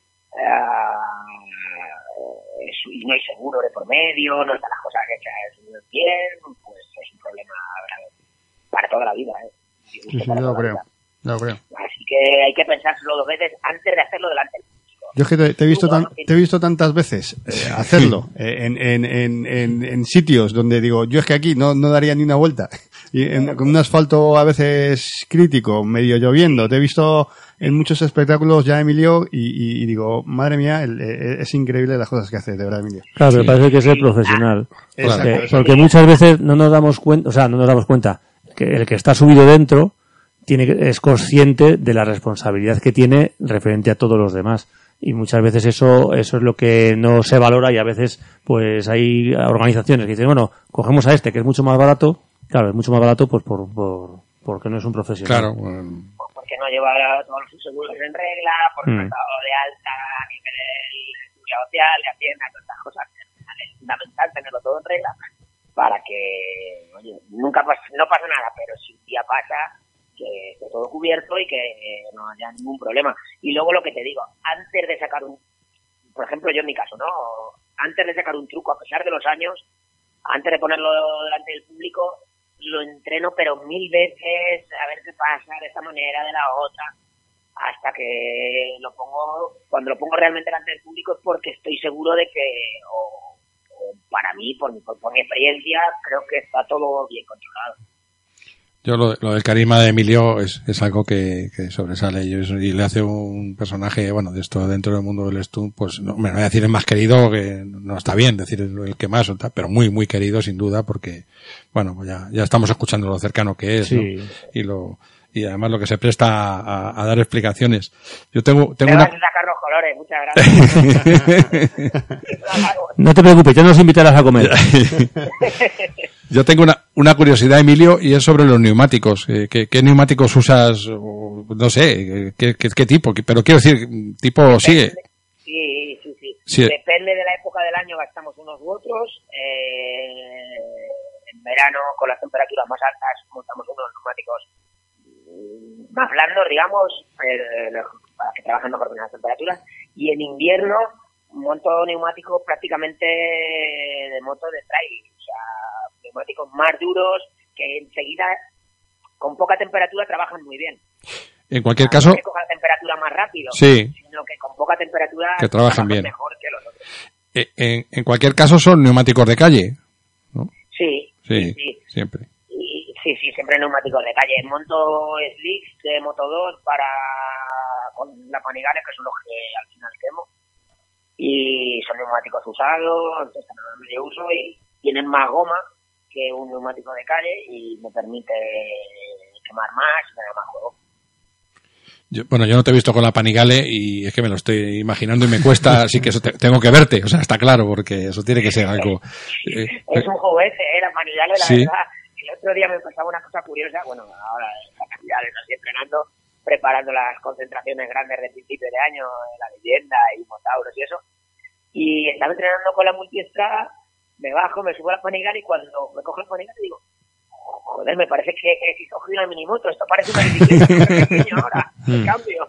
y no hay seguro de por medio, no están las cosas hechas bien, pues es un problema grave para toda la vida. Sí, yo lo creo. Así que hay que pensárselo 2 veces antes de hacerlo delante del público. Yo es que te he visto tantas veces hacerlo en sitios donde digo, yo es que aquí no daría ni una vuelta. Y con un asfalto a veces crítico, medio lloviendo. Te he visto en muchos espectáculos ya, Emilio, y digo, madre mía, es increíble las cosas que hace, de verdad, Emilio. Claro, pero parece que es el profesional. Exacto. Porque muchas veces no nos damos cuenta que el que está subido dentro es consciente de la responsabilidad que tiene referente a todos los demás. Y muchas veces eso es lo que no se valora, y a veces pues hay organizaciones que dicen, bueno, cogemos a este que es mucho más barato. Claro, es mucho más barato pues porque no es un profesional. Claro. Porque no lleva todos sus seguros en regla, porque no está dado de alta a nivel de seguridad social, de Hacienda, todas estas cosas. Es fundamental tenerlo todo en regla para que, oye, no pasa nada, pero si un día pasa, que esté todo cubierto y que no haya ningún problema. Y luego lo que te digo, antes de sacar por ejemplo, yo en mi caso, ¿no? Antes de sacar un truco, a pesar de los años, antes de ponerlo delante del público, lo entreno pero 1000 veces, a ver qué pasa de esta manera, de la otra, hasta que cuando lo pongo realmente delante del público es porque estoy seguro de que, o para mí, por mi experiencia, creo que está todo bien controlado. Yo lo del carisma de Emilio es algo que sobresale, y le hace un personaje, bueno, de esto dentro del mundo del stunt, pues no me voy a decir el más querido, que no está bien decir el que más, pero muy muy querido sin duda, porque bueno, pues ya estamos escuchando lo cercano que es, sí, ¿no? Y además lo que se presta a dar explicaciones. Yo tengo una... sacar los colores, muchas gracias. No te preocupes, ya nos invitarás a comer. Yo tengo una curiosidad, Emilio, y es sobre los neumáticos. ¿Qué neumáticos usas? No sé, ¿qué tipo? Pero quiero decir, tipo sigue. Sí. Depende de la época del año, gastamos unos u otros. En verano, con las temperaturas más altas, montamos unos neumáticos más blandos, digamos, para que trabajen mejor con las temperaturas. Y en invierno monto neumáticos prácticamente de moto de trail, o sea, neumáticos más duros que enseguida, con poca temperatura, trabajan muy bien. En cualquier caso, no que cojan temperatura más rápido, sí, sino que con poca temperatura que trabajen bien, mejor que los otros. En cualquier caso son neumáticos de calle, ¿no? Sí, siempre. Sí, siempre neumáticos de calle. Monto slicks de Moto 2 con la Panigale, que son los que al final quemo. Y son neumáticos usados, están en medio uso y tienen más goma que un neumático de calle y me permite quemar más y tener más juego. Yo no te he visto con la Panigale y es que me lo estoy imaginando y me cuesta, así que eso tengo que verte, o sea, está claro, porque eso tiene que ser algo... Es un juguete, la Panigale, la verdad. El otro día me pasaba una cosa curiosa, bueno, ahora la Panigale no estoy entrenando, preparando las concentraciones grandes de principio de año, la leyenda y Motauros y eso, y estaba entrenando con la multiestrada, me bajo, me subo a la Panigale y cuando me cojo la Panigale digo, joder, me parece que he cogido una minimoto, esto parece una bicicleta, pequeño ahora, en cambio.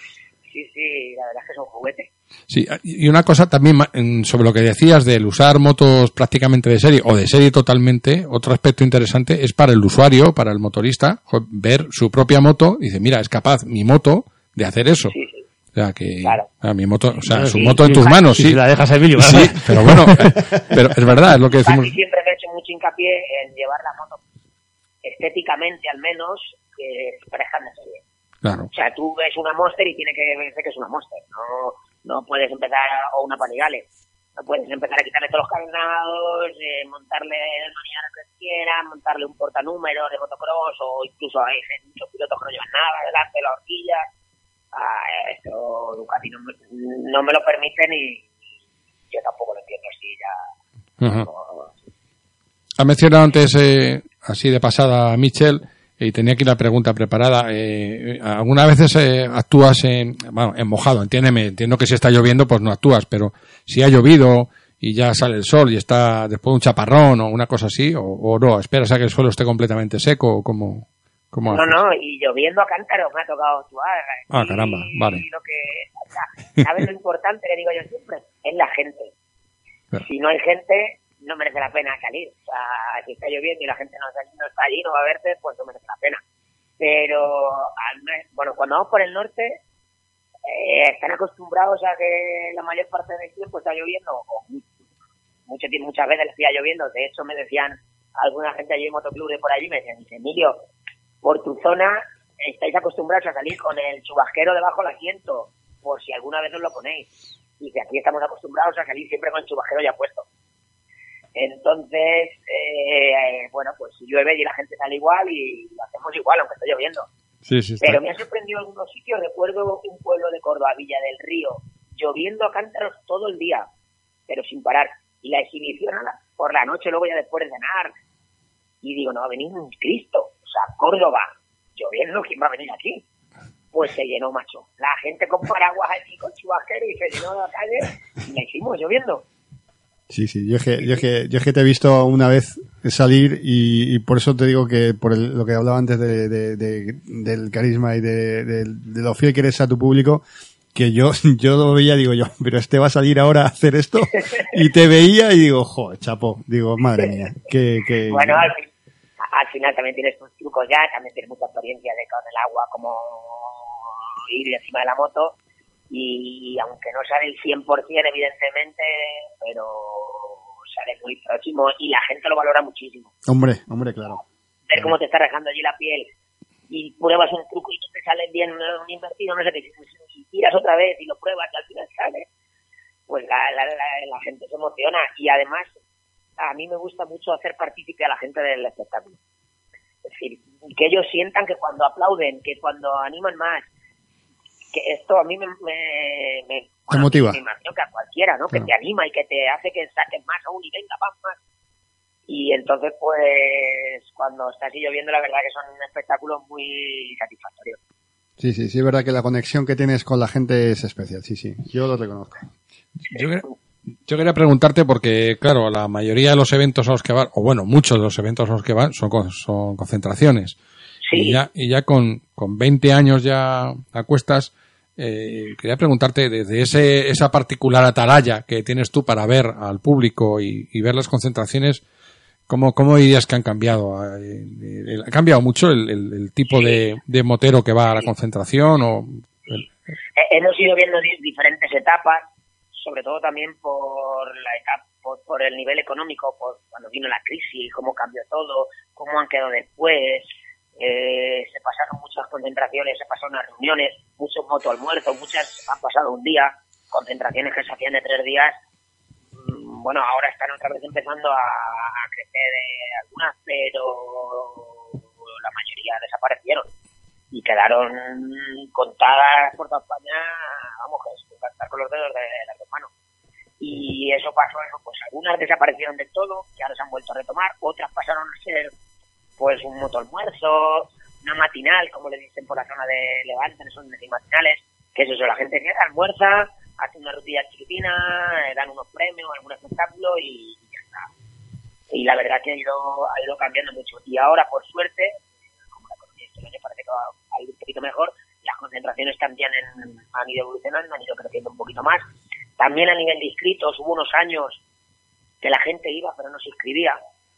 Sí, la verdad es que es un juguete. Sí, y una cosa también sobre lo que decías del usar motos prácticamente de serie o de serie totalmente, otro aspecto interesante es para el usuario, para el motorista, ver su propia moto y dice, mira, es capaz mi moto de hacer eso. Sí. O sea, que claro. Mi moto, o sea, su moto en tus manos, sí. Si la dejas a Emilio, sí, pero bueno, pero es verdad, es lo que decimos. Casi siempre me he hecho mucho hincapié en llevar la moto estéticamente, al menos, que parezcan de serie. Claro. O sea, tú ves una Monster y tiene que verse que es una Monster. No puedes empezar, o una Panigale, no puedes empezar a quitarle todos los carenados, montarle el manillar que quiera, montarle un portanúmeros de motocross, o incluso hay muchos pilotos que no llevan nada delante de la horquilla. Esto Ducati no me lo permite ni yo tampoco lo entiendo así ya. Uh-huh. Ha mencionado antes, así de pasada, Michel, y tenía aquí la pregunta preparada. ¿Algunas veces actúas en mojado? Entiendo que si está lloviendo pues no actúas, pero si ha llovido y ya sale el sol y está después de un chaparrón o una cosa así, o no, esperas a que el suelo esté completamente seco, o ¿cómo haces? No, y lloviendo a cántaros me ha tocado actuar. Caramba, vale. ¿Sabes lo importante que digo yo siempre? Es la gente. Claro. Si no hay gente, no merece la pena salir. O sea, si está lloviendo y la gente no está allí, no va a verte, pues no merece la pena. Pero, cuando vamos por el norte, están acostumbrados a que la mayor parte del tiempo está lloviendo, o muchas veces está lloviendo. De hecho, me decían alguna gente allí en motoclub de por allí, me decían, Emilio, por tu zona estáis acostumbrados a salir con el chubasquero debajo del asiento, por si alguna vez os lo ponéis. Y que aquí estamos acostumbrados a salir siempre con el chubasquero ya puesto. Entonces, pues si llueve y la gente sale igual y lo hacemos igual, aunque esté lloviendo. Sí, pero me ha sorprendido en algunos sitios. Recuerdo un pueblo de Córdoba, Villa del Río, lloviendo a cántaros todo el día, pero sin parar. Y la exhibición por la noche, luego ya después de cenar. Y digo, no va a venir un Cristo. O sea, Córdoba, lloviendo, ¿quién va a venir aquí? Pues se llenó, macho. La gente con paraguas allí, con chubasquero, y se llenó la calle y la hicimos lloviendo. Sí, yo es que te he visto una vez salir y por eso te digo que por lo que hablaba antes del carisma y de lo fiel que eres a tu público, que yo lo veía, digo yo, pero va a salir ahora a hacer esto, y te veía y digo, joder, chapo, digo, madre mía, que... Bueno, al final también tienes tus trucos ya, también tienes mucha experiencia de con el agua, como ir encima de la moto, y aunque no sale el 100% evidentemente, pero sale muy próximo y la gente lo valora muchísimo. Hombre, claro. Ver cómo te está rajando allí la piel y pruebas un truco y te sale bien un invertido, no sé qué, si tiras otra vez y lo pruebas y al final sale, pues la gente se emociona. Y además a mí me gusta mucho hacer partícipe a la gente del espectáculo. Es decir, que ellos sientan que cuando aplauden, que cuando animan más, que esto a mí me motiva. Me imagino que a cualquiera, ¿no? Claro. Que te anima y que te hace que saques más aún y venga, más. Y entonces, pues, cuando está así lloviendo, la verdad que son espectáculos muy satisfactorios. Sí, es verdad que la conexión que tienes con la gente es especial, sí, yo lo reconozco. Yo quería preguntarte porque, claro, la mayoría de los eventos a los que van, o bueno, muchos de los eventos a los que van son concentraciones. Sí. Y ya con 20 años ya a cuestas, quería preguntarte desde esa particular atalaya que tienes tú para ver al público y ver las concentraciones, ¿cómo dirías que han cambiado? ¿Ha cambiado mucho el tipo de motero que va a la concentración? Hemos ido viendo diferentes etapas, sobre todo también por la etapa, por el nivel económico, por cuando vino la crisis, cómo cambió todo, cómo han quedado después. Se pasaron muchas concentraciones, se pasaron las reuniones, muchos motoalmuerzos, muchas han pasado un día, concentraciones que se hacían de 3 días, bueno, ahora están otra vez empezando a crecer algunas, pero la mayoría desaparecieron y quedaron contadas por toda España, vamos, que cantar con los dedos de las dos manos. Y eso pasó, pues algunas desaparecieron del todo, que ahora se han vuelto a retomar, otras pasaron a ser pues un motoalmuerzo, una matinal, como le dicen por la zona de Levante, son matinales, que es eso, la gente que almuerza, hace una rutilla chiquitina, dan unos premios, algún espectáculo y ya está. Y la verdad que ha ido cambiando mucho. Y ahora, por suerte, como la economía este año parece que va a ir un poquito mejor, las concentraciones también han ido evolucionando, han ido creciendo un poquito más. También a nivel de inscritos, hubo unos años que la gente iba pero no se inscribía.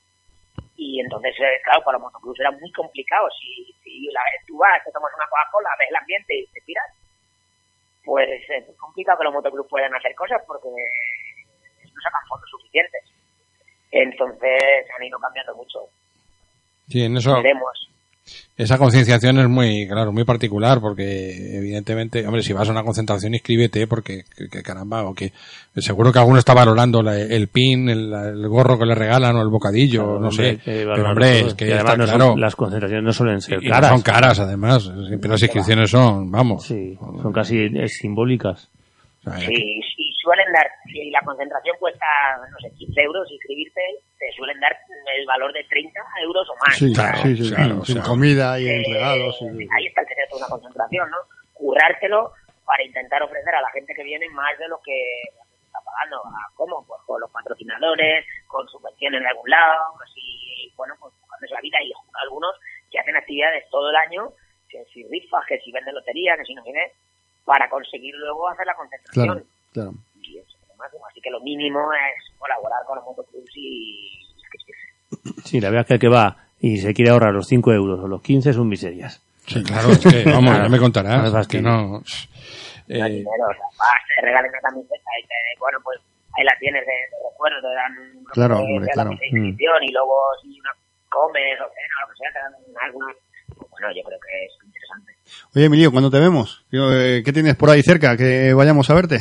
Y entonces, claro, para los motoclubs era muy complicado. Si tú vas, te tomas una Coca-Cola, ves el ambiente y te tiras, pues es muy complicado que los motoclubs puedan hacer cosas porque no sacan fondos suficientes. Entonces han ido cambiando mucho. Sí, en eso. Veremos. Esa concienciación es muy, claro, muy particular porque evidentemente, hombre, si vas a una concentración inscríbete porque que caramba, o que seguro que alguno está valorando el pin, el gorro que le regalan o el bocadillo, claro, no sé, pero hombre, es que además está claro. Las concentraciones no suelen ser y caras. No son caras además, pero las inscripciones son, vamos. Sí, son casi simbólicas. O sea, sí, y suelen dar, si la concentración cuesta, no sé, 15 euros inscribirte, te suelen dar el valor de 30 euros o más. Sí, claro, sí, claro, sin comida y en regalos. Ahí está el secreto de una concentración, ¿no? Currártelo para intentar ofrecer a la gente que viene más de lo que está pagando. ¿Cómo? Pues con los patrocinadores, con subvenciones de algún lado, así, bueno, pues buscarles la vida. Y algunos que hacen actividades todo el año, que si rifas, que si venden lotería, que si no sé qué, para conseguir luego hacer la concentración. Claro. Y eso es lo máximo. Así que lo mínimo es colaborar con los motoclubs y sí, la verdad es que el que va y se quiere ahorrar los 5 euros o los 15 son miserias. Sí, claro, es que, vamos, ya me contarás. No es que no. Dinero, o sea, vas, te regalen una camiseta y bueno, pues ahí la tienes de recuerdo, te dan claro, hombre, claro. La inscripción y luego si una comes o cena o lo que sea, te dan alguna. Bueno, yo creo que es interesante. Oye, Emilio, ¿cuándo te vemos? ¿Qué tienes por ahí cerca? ¿Que vayamos a verte?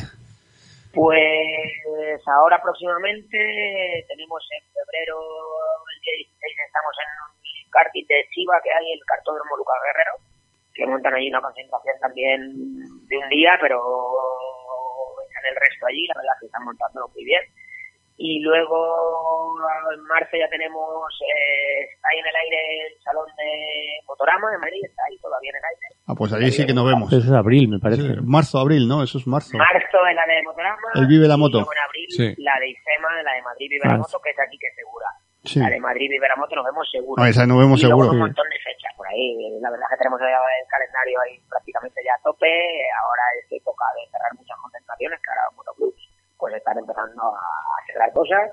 Pues ahora próximamente tenemos en febrero, el día 16 estamos en un karting de Chiva que hay, el cartódromo Lucas Guerrero, que montan allí una concentración también de un día, pero echan el resto allí, la verdad es que están montándolo muy bien. Y luego en marzo ya tenemos, está ahí en el aire el Salón de Motorama de Madrid, está ahí todavía en el aire. Ah, pues allí sí que nos vemos. Eso es abril, me parece. Sí, marzo, abril, ¿no? Eso es marzo. Marzo es la de Motorama. El Vive la Moto. Y luego en abril sí. la de IFEMA, la de Madrid Vive la Moto, que es aquí que es segura. Sí. La de Madrid Vive la Moto nos vemos seguro. No, esa nos vemos y seguro. Luego un montón de fechas por ahí. La verdad que tenemos el calendario ahí prácticamente ya a tope. Ahora es época de cerrar muchas concentraciones, que ahora los motoclubs pues están empezando a cerrar cosas.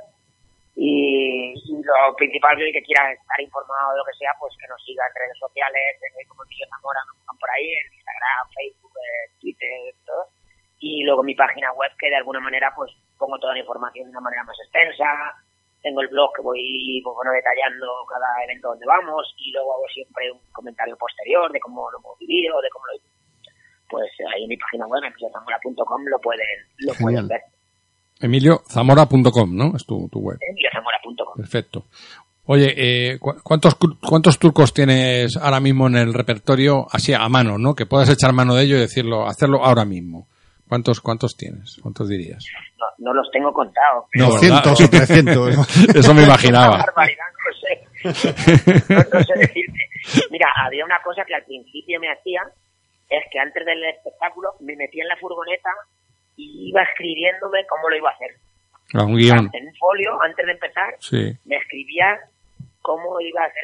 Y lo principal que quiera estar informado de lo que sea, pues que nos siga en redes sociales, como Emilio Zamora, nos buscan por ahí, en Instagram, Facebook, Twitter, todo. Y luego mi página web, que de alguna manera pues pongo toda la información de una manera más extensa. Tengo el blog que voy pues, bueno, detallando cada evento donde vamos y luego hago siempre un comentario posterior de cómo lo hemos vivido, de cómo lo. Pues ahí en mi página web, en emiliozamora.com, lo pueden ver. EmilioZamora.com, ¿no? Es tu web. EmilioZamora.com. Perfecto. Oye, ¿cuántos turcos tienes ahora mismo en el repertorio, así a mano, ¿no? Que puedas echar mano de ello y hacerlo ahora mismo. ¿Cuántos tienes? ¿Cuántos dirías? No los tengo contados. 200 o 300. Eso me imaginaba. Una barbaridad, no sé decirte. Mira, había una cosa que al principio me hacía, es que antes del espectáculo me metía en la furgoneta y iba escribiéndome cómo lo iba a hacer. A un guión. En un folio, antes de empezar, sí. Me escribía cómo iba a hacer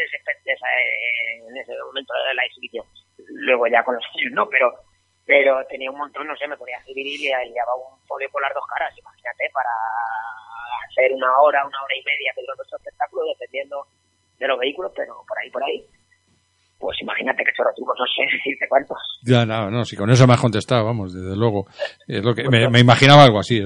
en ese momento de la exhibición. Luego ya con los años no, pero tenía un montón, no sé, me ponía a escribir y llevaba un folio por las dos caras, imagínate, para hacer una hora y media que duró nuestro espectáculo, dependiendo de los vehículos, pero por ahí. Pues imagínate que chorrotucos, no sé decirte cuántos. Ya, no, si con eso me has contestado, vamos, desde luego. Es lo que me imaginaba algo así.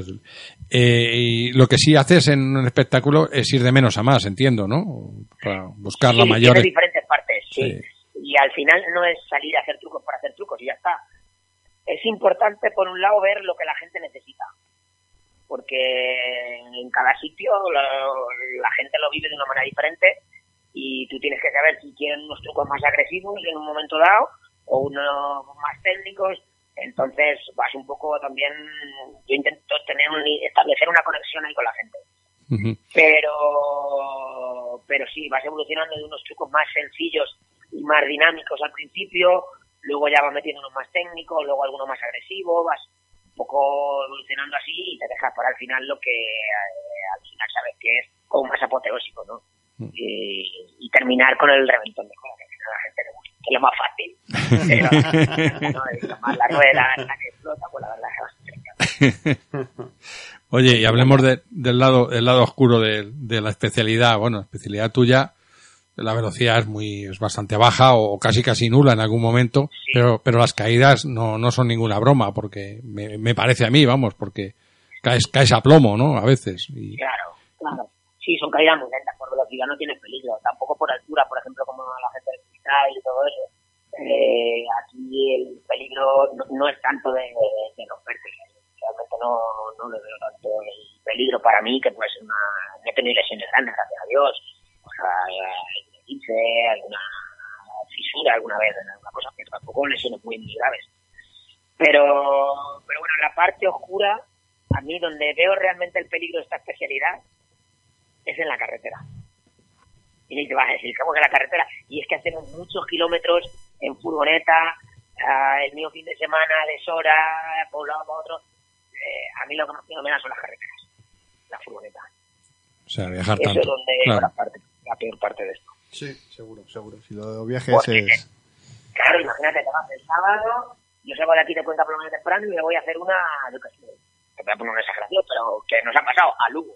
Y lo que sí haces en un espectáculo es ir de menos a más, entiendo, ¿no? Para buscar la mayor. Tiene diferentes partes, sí. Y al final no es salir a hacer trucos para hacer trucos y ya está. Es importante, por un lado, ver lo que la gente necesita. porque en cada sitio la gente lo vive de una manera diferente y tú tienes que saber si quieren unos trucos más agresivos en un momento dado o unos más técnicos. Entonces vas un poco también, yo intento establecer una conexión ahí con la gente. Uh-huh. Pero sí, vas evolucionando de unos trucos más sencillos y más dinámicos al principio, luego ya vas metiendo unos más técnicos, luego algunos más agresivos, vas un poco evolucionando así y te dejas para al final lo que al final sabes que es como más apoteósico, ¿no? Y terminar con el reventón de cola, que a la gente le gusta, que es lo más fácil. Pero no, más la rueda, la que explota, pues la verdad es bastante. Oye, y hablemos del lado oscuro de la especialidad. Bueno, la especialidad tuya, la velocidad es bastante baja o casi nula en algún momento, sí. pero las caídas no son ninguna broma, porque me parece a mí, vamos, porque caes a plomo, ¿no? A veces. Claro. Sí, son caídas muy lentas, por velocidad no tienes peligro, tampoco por altura, por ejemplo, como la gente del freestyle y todo eso. Aquí el peligro no es tanto de romperte, realmente no le veo tanto el peligro para mí, que puede ser no he tenido lesiones grandes, gracias a Dios, o sea, hice alguna fisura alguna vez en alguna cosa, pero tampoco lesiones muy graves. Pero bueno, en la parte oscura, a mí donde veo realmente el peligro de esta especialidad es en la carretera. Y te vas a decir, ¿cómo que la carretera? Y es que hacemos muchos kilómetros en furgoneta, el mío fin de semana, deshora, por un lado para otro. A mí lo que más me da son las carreteras, la furgoneta. O sea, viajar eso tanto. Es donde claro. la peor parte de esto. Sí, seguro. Si lo viajes porque, es... Claro, imagínate, te vas el sábado, yo salgo de aquí de Cuenca por la mañana temprano y me voy a hacer una, yo qué sé, te voy a poner una exageración, pero que nos ha pasado a Lugo.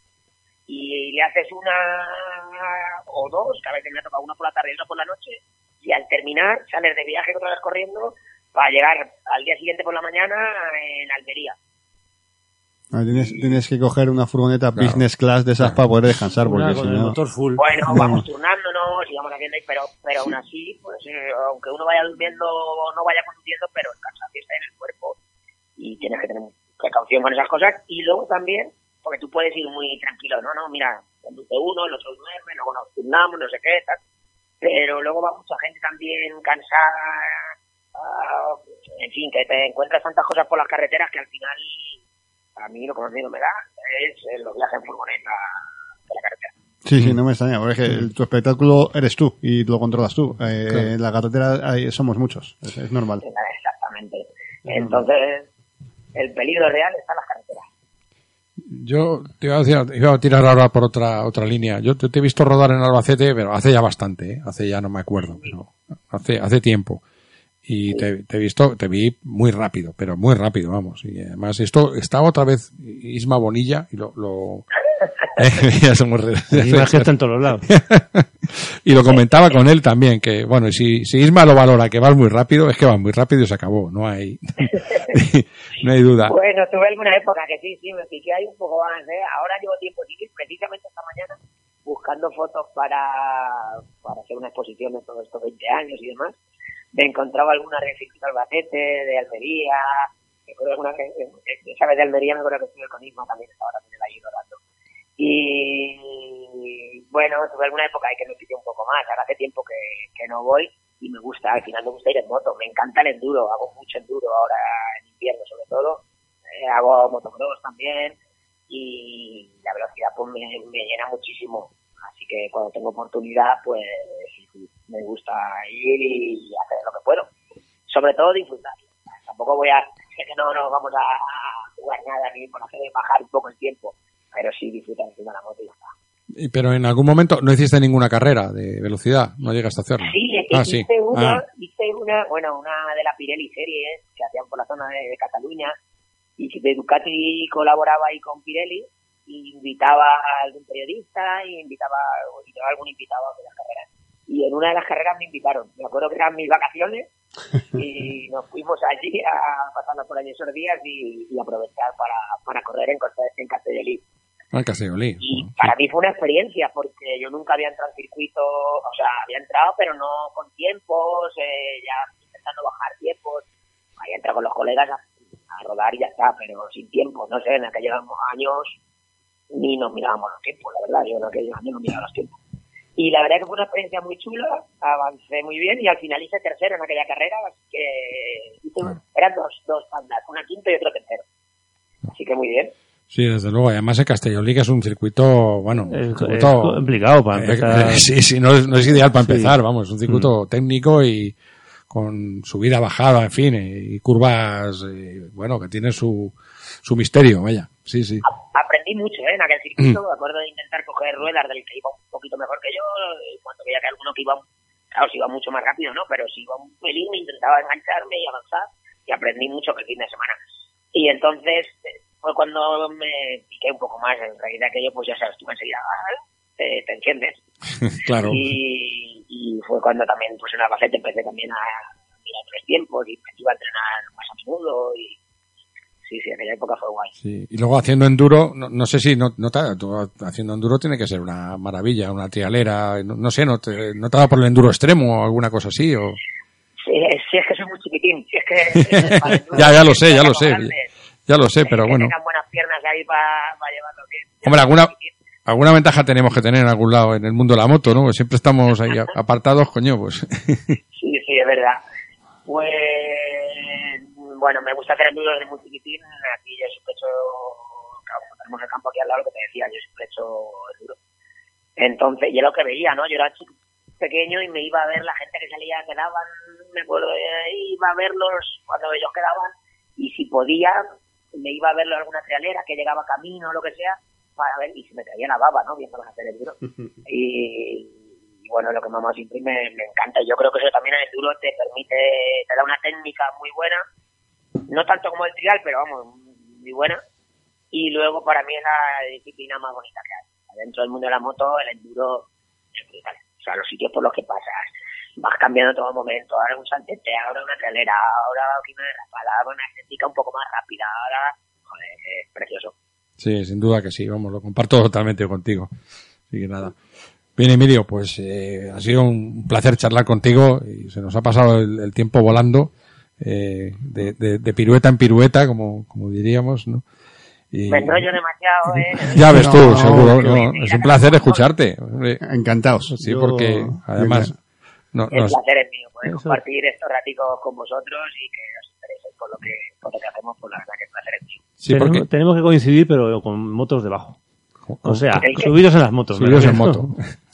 Y le haces una o dos, que a veces me ha tocado una por la tarde y otra por la noche, y al terminar sales de viaje otra vez corriendo para llegar al día siguiente por la mañana en Almería. Tienes que coger una furgoneta business class de esas para poder descansar, porque si con el no... motor full. Bueno, vamos turnándonos y vamos haciendo, pero aún así, pues aunque uno vaya durmiendo o no vaya conduciendo, pero el cansancio está en el cuerpo y tienes que tener precaución con esas cosas. Y luego también, porque tú puedes ir muy tranquilo, no, mira, conduce uno, el otro duerme, luego nos turnamos, no sé qué, tal. Pero luego va mucha gente también cansada, en fin, que te encuentras tantas cosas por las carreteras que al final, a mí lo que más miedo me da es los viajes en furgoneta de la carretera. Sí, no me extraña, porque es que tu espectáculo eres tú y lo controlas tú. Claro. En la carretera somos muchos, es normal. Exactamente. Entonces, el peligro real está en las carreteras. Yo te iba a tirar ahora por otra línea. Yo te he visto rodar en Albacete, pero hace ya bastante, hace ya no me acuerdo, pero hace tiempo. Y te vi muy rápido, pero muy rápido, vamos. Y además estaba otra vez Isma Bonilla y ya somos Isma está en todos los lados. Y lo comentaba con él también, que bueno, si Isma lo valora que vas muy rápido, es que vas muy rápido y se acabó, no hay duda. Bueno, tuve alguna época que sí, me piqué ahí un poco más, ahora llevo tiempo sin ir, precisamente esta mañana, buscando fotos para hacer una exposición de todos estos 20 años y demás. Me encontraba alguna de Albacete, de Almería, sabes, de Almería me acuerdo que estuve con Isma también, estaba también ahí rodando. Y bueno, tuve alguna época en que me piqué un poco más, ahora hace tiempo que no voy y me gusta, al final me gusta ir en moto, me encanta el enduro, hago mucho enduro ahora en invierno sobre todo, hago motocross también y la velocidad pues me llena muchísimo, así que cuando tengo oportunidad pues me gusta ir y hacer lo que puedo, sobre todo disfrutar. Tampoco sé que no nos vamos a jugar nada ni por hacer bajar un poco el tiempo, pero sí disfrutar encima de la moto y ya está. Pero en algún momento no hiciste ninguna carrera de velocidad, no llegaste a hacerlo. Sí, hice una de la Pirelli Series que hacían por la zona de Cataluña y de Ducati colaboraba ahí con Pirelli y invitaba a algún periodista y algún invitado a las carreras. Y en una de las carreras me invitaron. Me acuerdo que eran mis vacaciones y nos fuimos allí a pasarnos por allí esos días y aprovechar para correr en Castellolí. En Castellolí. Y para mí fue una experiencia porque yo nunca había entrado al circuito, o sea, había entrado pero no con tiempos, ya intentando bajar tiempos. Había entrado con los colegas a a rodar y ya está, pero sin tiempo, no sé, en aquellos años ni nos mirábamos los tiempos, la verdad, yo en aquellos años no miraba los tiempos. Y la verdad que fue una experiencia muy chula, avancé muy bien y al final hice tercero en aquella carrera, así que eran dos bandas, una quinto y otro tercero. Así que muy bien. Sí, desde luego. Además, el Castellolí, que es un circuito, bueno, es complicado para empezar. Sí, no es ideal para empezar, vamos, es un circuito técnico y con subida, bajada, en fin, y curvas, bueno, que tiene su misterio, vaya. Sí. Aprendí mucho, en aquel circuito, me acuerdo de intentar coger ruedas del que iba un poquito mejor que yo, y cuando veía que alguno que iba, claro, si iba mucho más rápido, ¿no? Pero si iba un pelín, intentaba engancharme y avanzar, y aprendí mucho el fin de semana. Y entonces fue cuando me piqué un poco más, en realidad aquello, pues ya sabes, tú enseguida te enciendes. Claro. Y fue cuando también, pues en Albacete empecé también a mirar los tiempos y iba a entrenar más a menudo y sí, aquella época fue guay. Sí, y luego haciendo enduro, no sé si haciendo enduro tiene que ser una maravilla, una trialera, no sé, ¿no te ha dado por el enduro extremo o alguna cosa así? O... Sí, es que soy muy chiquitín, si es que... ya lo sé, pero bueno. Que tengan buenas piernas ahí para llevarlo bien. Hombre, alguna ventaja tenemos que tener en algún lado en el mundo de la moto, ¿no? Siempre estamos ahí apartados, coño, pues. Sí, es verdad. Pues, bueno, me gusta hacer enduro desde muy chiquitín. Aquí yo siempre he hecho, claro, tenemos el campo aquí al lado, lo que te decía, yo siempre he hecho enduro. Entonces, yo lo que veía, ¿no? Yo era pequeño y me iba a ver la gente que salía, quedaban, me acuerdo, iba a verlos cuando ellos quedaban y si podía, me iba a verlo en alguna trialera que llegaba camino o lo que sea, para ver, y se me traía la baba, ¿no? Viéndolos hacer enduro. Y bueno, lo que mamá siempre me encanta. Yo creo que eso también el enduro te da una técnica muy buena, no tanto como el trial, pero vamos, muy buena. Y luego para mí es la disciplina más bonita que hay. Dentro del mundo de la moto, el enduro es brutal. O sea, los sitios por los que pasas, vas cambiando todo momento. Ahora un saltete, ahora una trialera, ahora una derrapada, ahora una estética un poco más rápida, ahora, joder, es precioso. Sí, sin duda que sí, vamos, lo comparto totalmente contigo. Así que nada. Bien, Emilio, pues ha sido un placer charlar contigo y se nos ha pasado el tiempo volando, de pirueta en pirueta, como diríamos, ¿no? Y... Me enrollo demasiado, Ya ves tú, seguro. No, es un placer escucharte. Encantados. Sí, porque además... el placer es mío, poder compartir estos raticos con vosotros y que os intereséis por lo que hacemos, pues la verdad que el placer es mío. Sí, tenemos que coincidir, pero con motos debajo. O sea, subidos en las motos. Subidos en moto.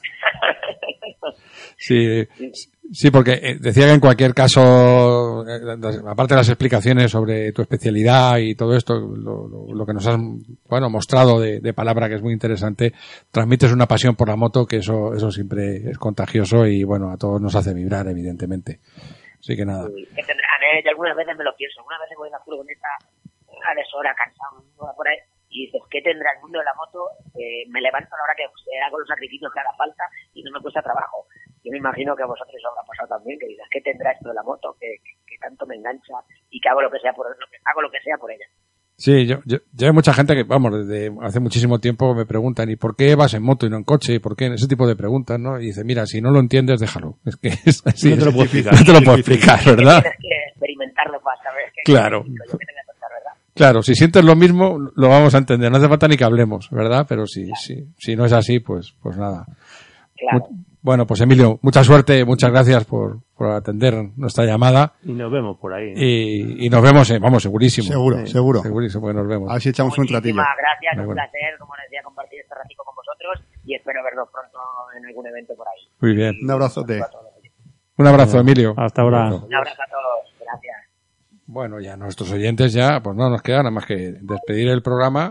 Sí, porque decía que en cualquier caso, aparte de las explicaciones sobre tu especialidad y todo esto, lo que nos has mostrado de palabra, que es muy interesante, transmites una pasión por la moto, que eso siempre es contagioso y bueno, a todos nos hace vibrar, evidentemente. Así que nada. ¿Qué tendrán, yo algunas veces me lo pienso, algunas veces voy en la furgoneta a deshora, cansado, por ahí, y dices, ¿qué tendrá el mundo de la moto? Me levanto a la hora que hago los sacrificios que haga falta y no me cuesta trabajo. Yo me imagino que a vosotros os habrá pasado también, que dices, ¿qué tendrá esto de la moto? Que tanto me engancha y que hago lo que sea por ella. Sí, yo hay mucha gente que, vamos, desde hace muchísimo tiempo me preguntan, ¿y por qué vas en moto y no en coche? ¿Y por qué? Ese tipo de preguntas, ¿no? Y dice, mira, si no lo entiendes, déjalo. Es que es así. No te lo puedo explicar. No te lo puedo explicar, ¿verdad? Tienes que experimentarlo para saber claro. Yo que te voy a contar, ¿verdad? Claro, si sientes lo mismo, lo vamos a entender. No hace falta ni que hablemos, ¿verdad? Pero si no es así, pues nada. Claro. Bueno, pues Emilio, mucha suerte, muchas gracias por atender nuestra llamada. Y nos vemos por ahí, ¿no? Y nos vemos, vamos, segurísimo. Seguro. Segurísimo que nos vemos. A ver si echamos un ratillo. Muchísimas gracias, un placer, como les decía, compartir este ratito con vosotros y espero verlos pronto en algún evento por ahí. Muy bien. Un abrazote. Un abrazo, Emilio. Hasta ahora. Un abrazo a todos, gracias. Bueno, ya nuestros oyentes pues no nos queda nada más que despedir el programa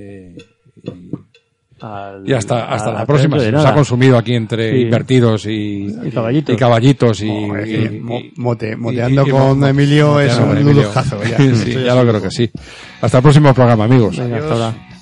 y hasta la próxima. Se nos ha consumido aquí entre invertidos y caballitos moteando con Emilio es un lujazo. Ya lo creo que sí. Hasta el próximo programa, amigos. Venga, hasta ahora.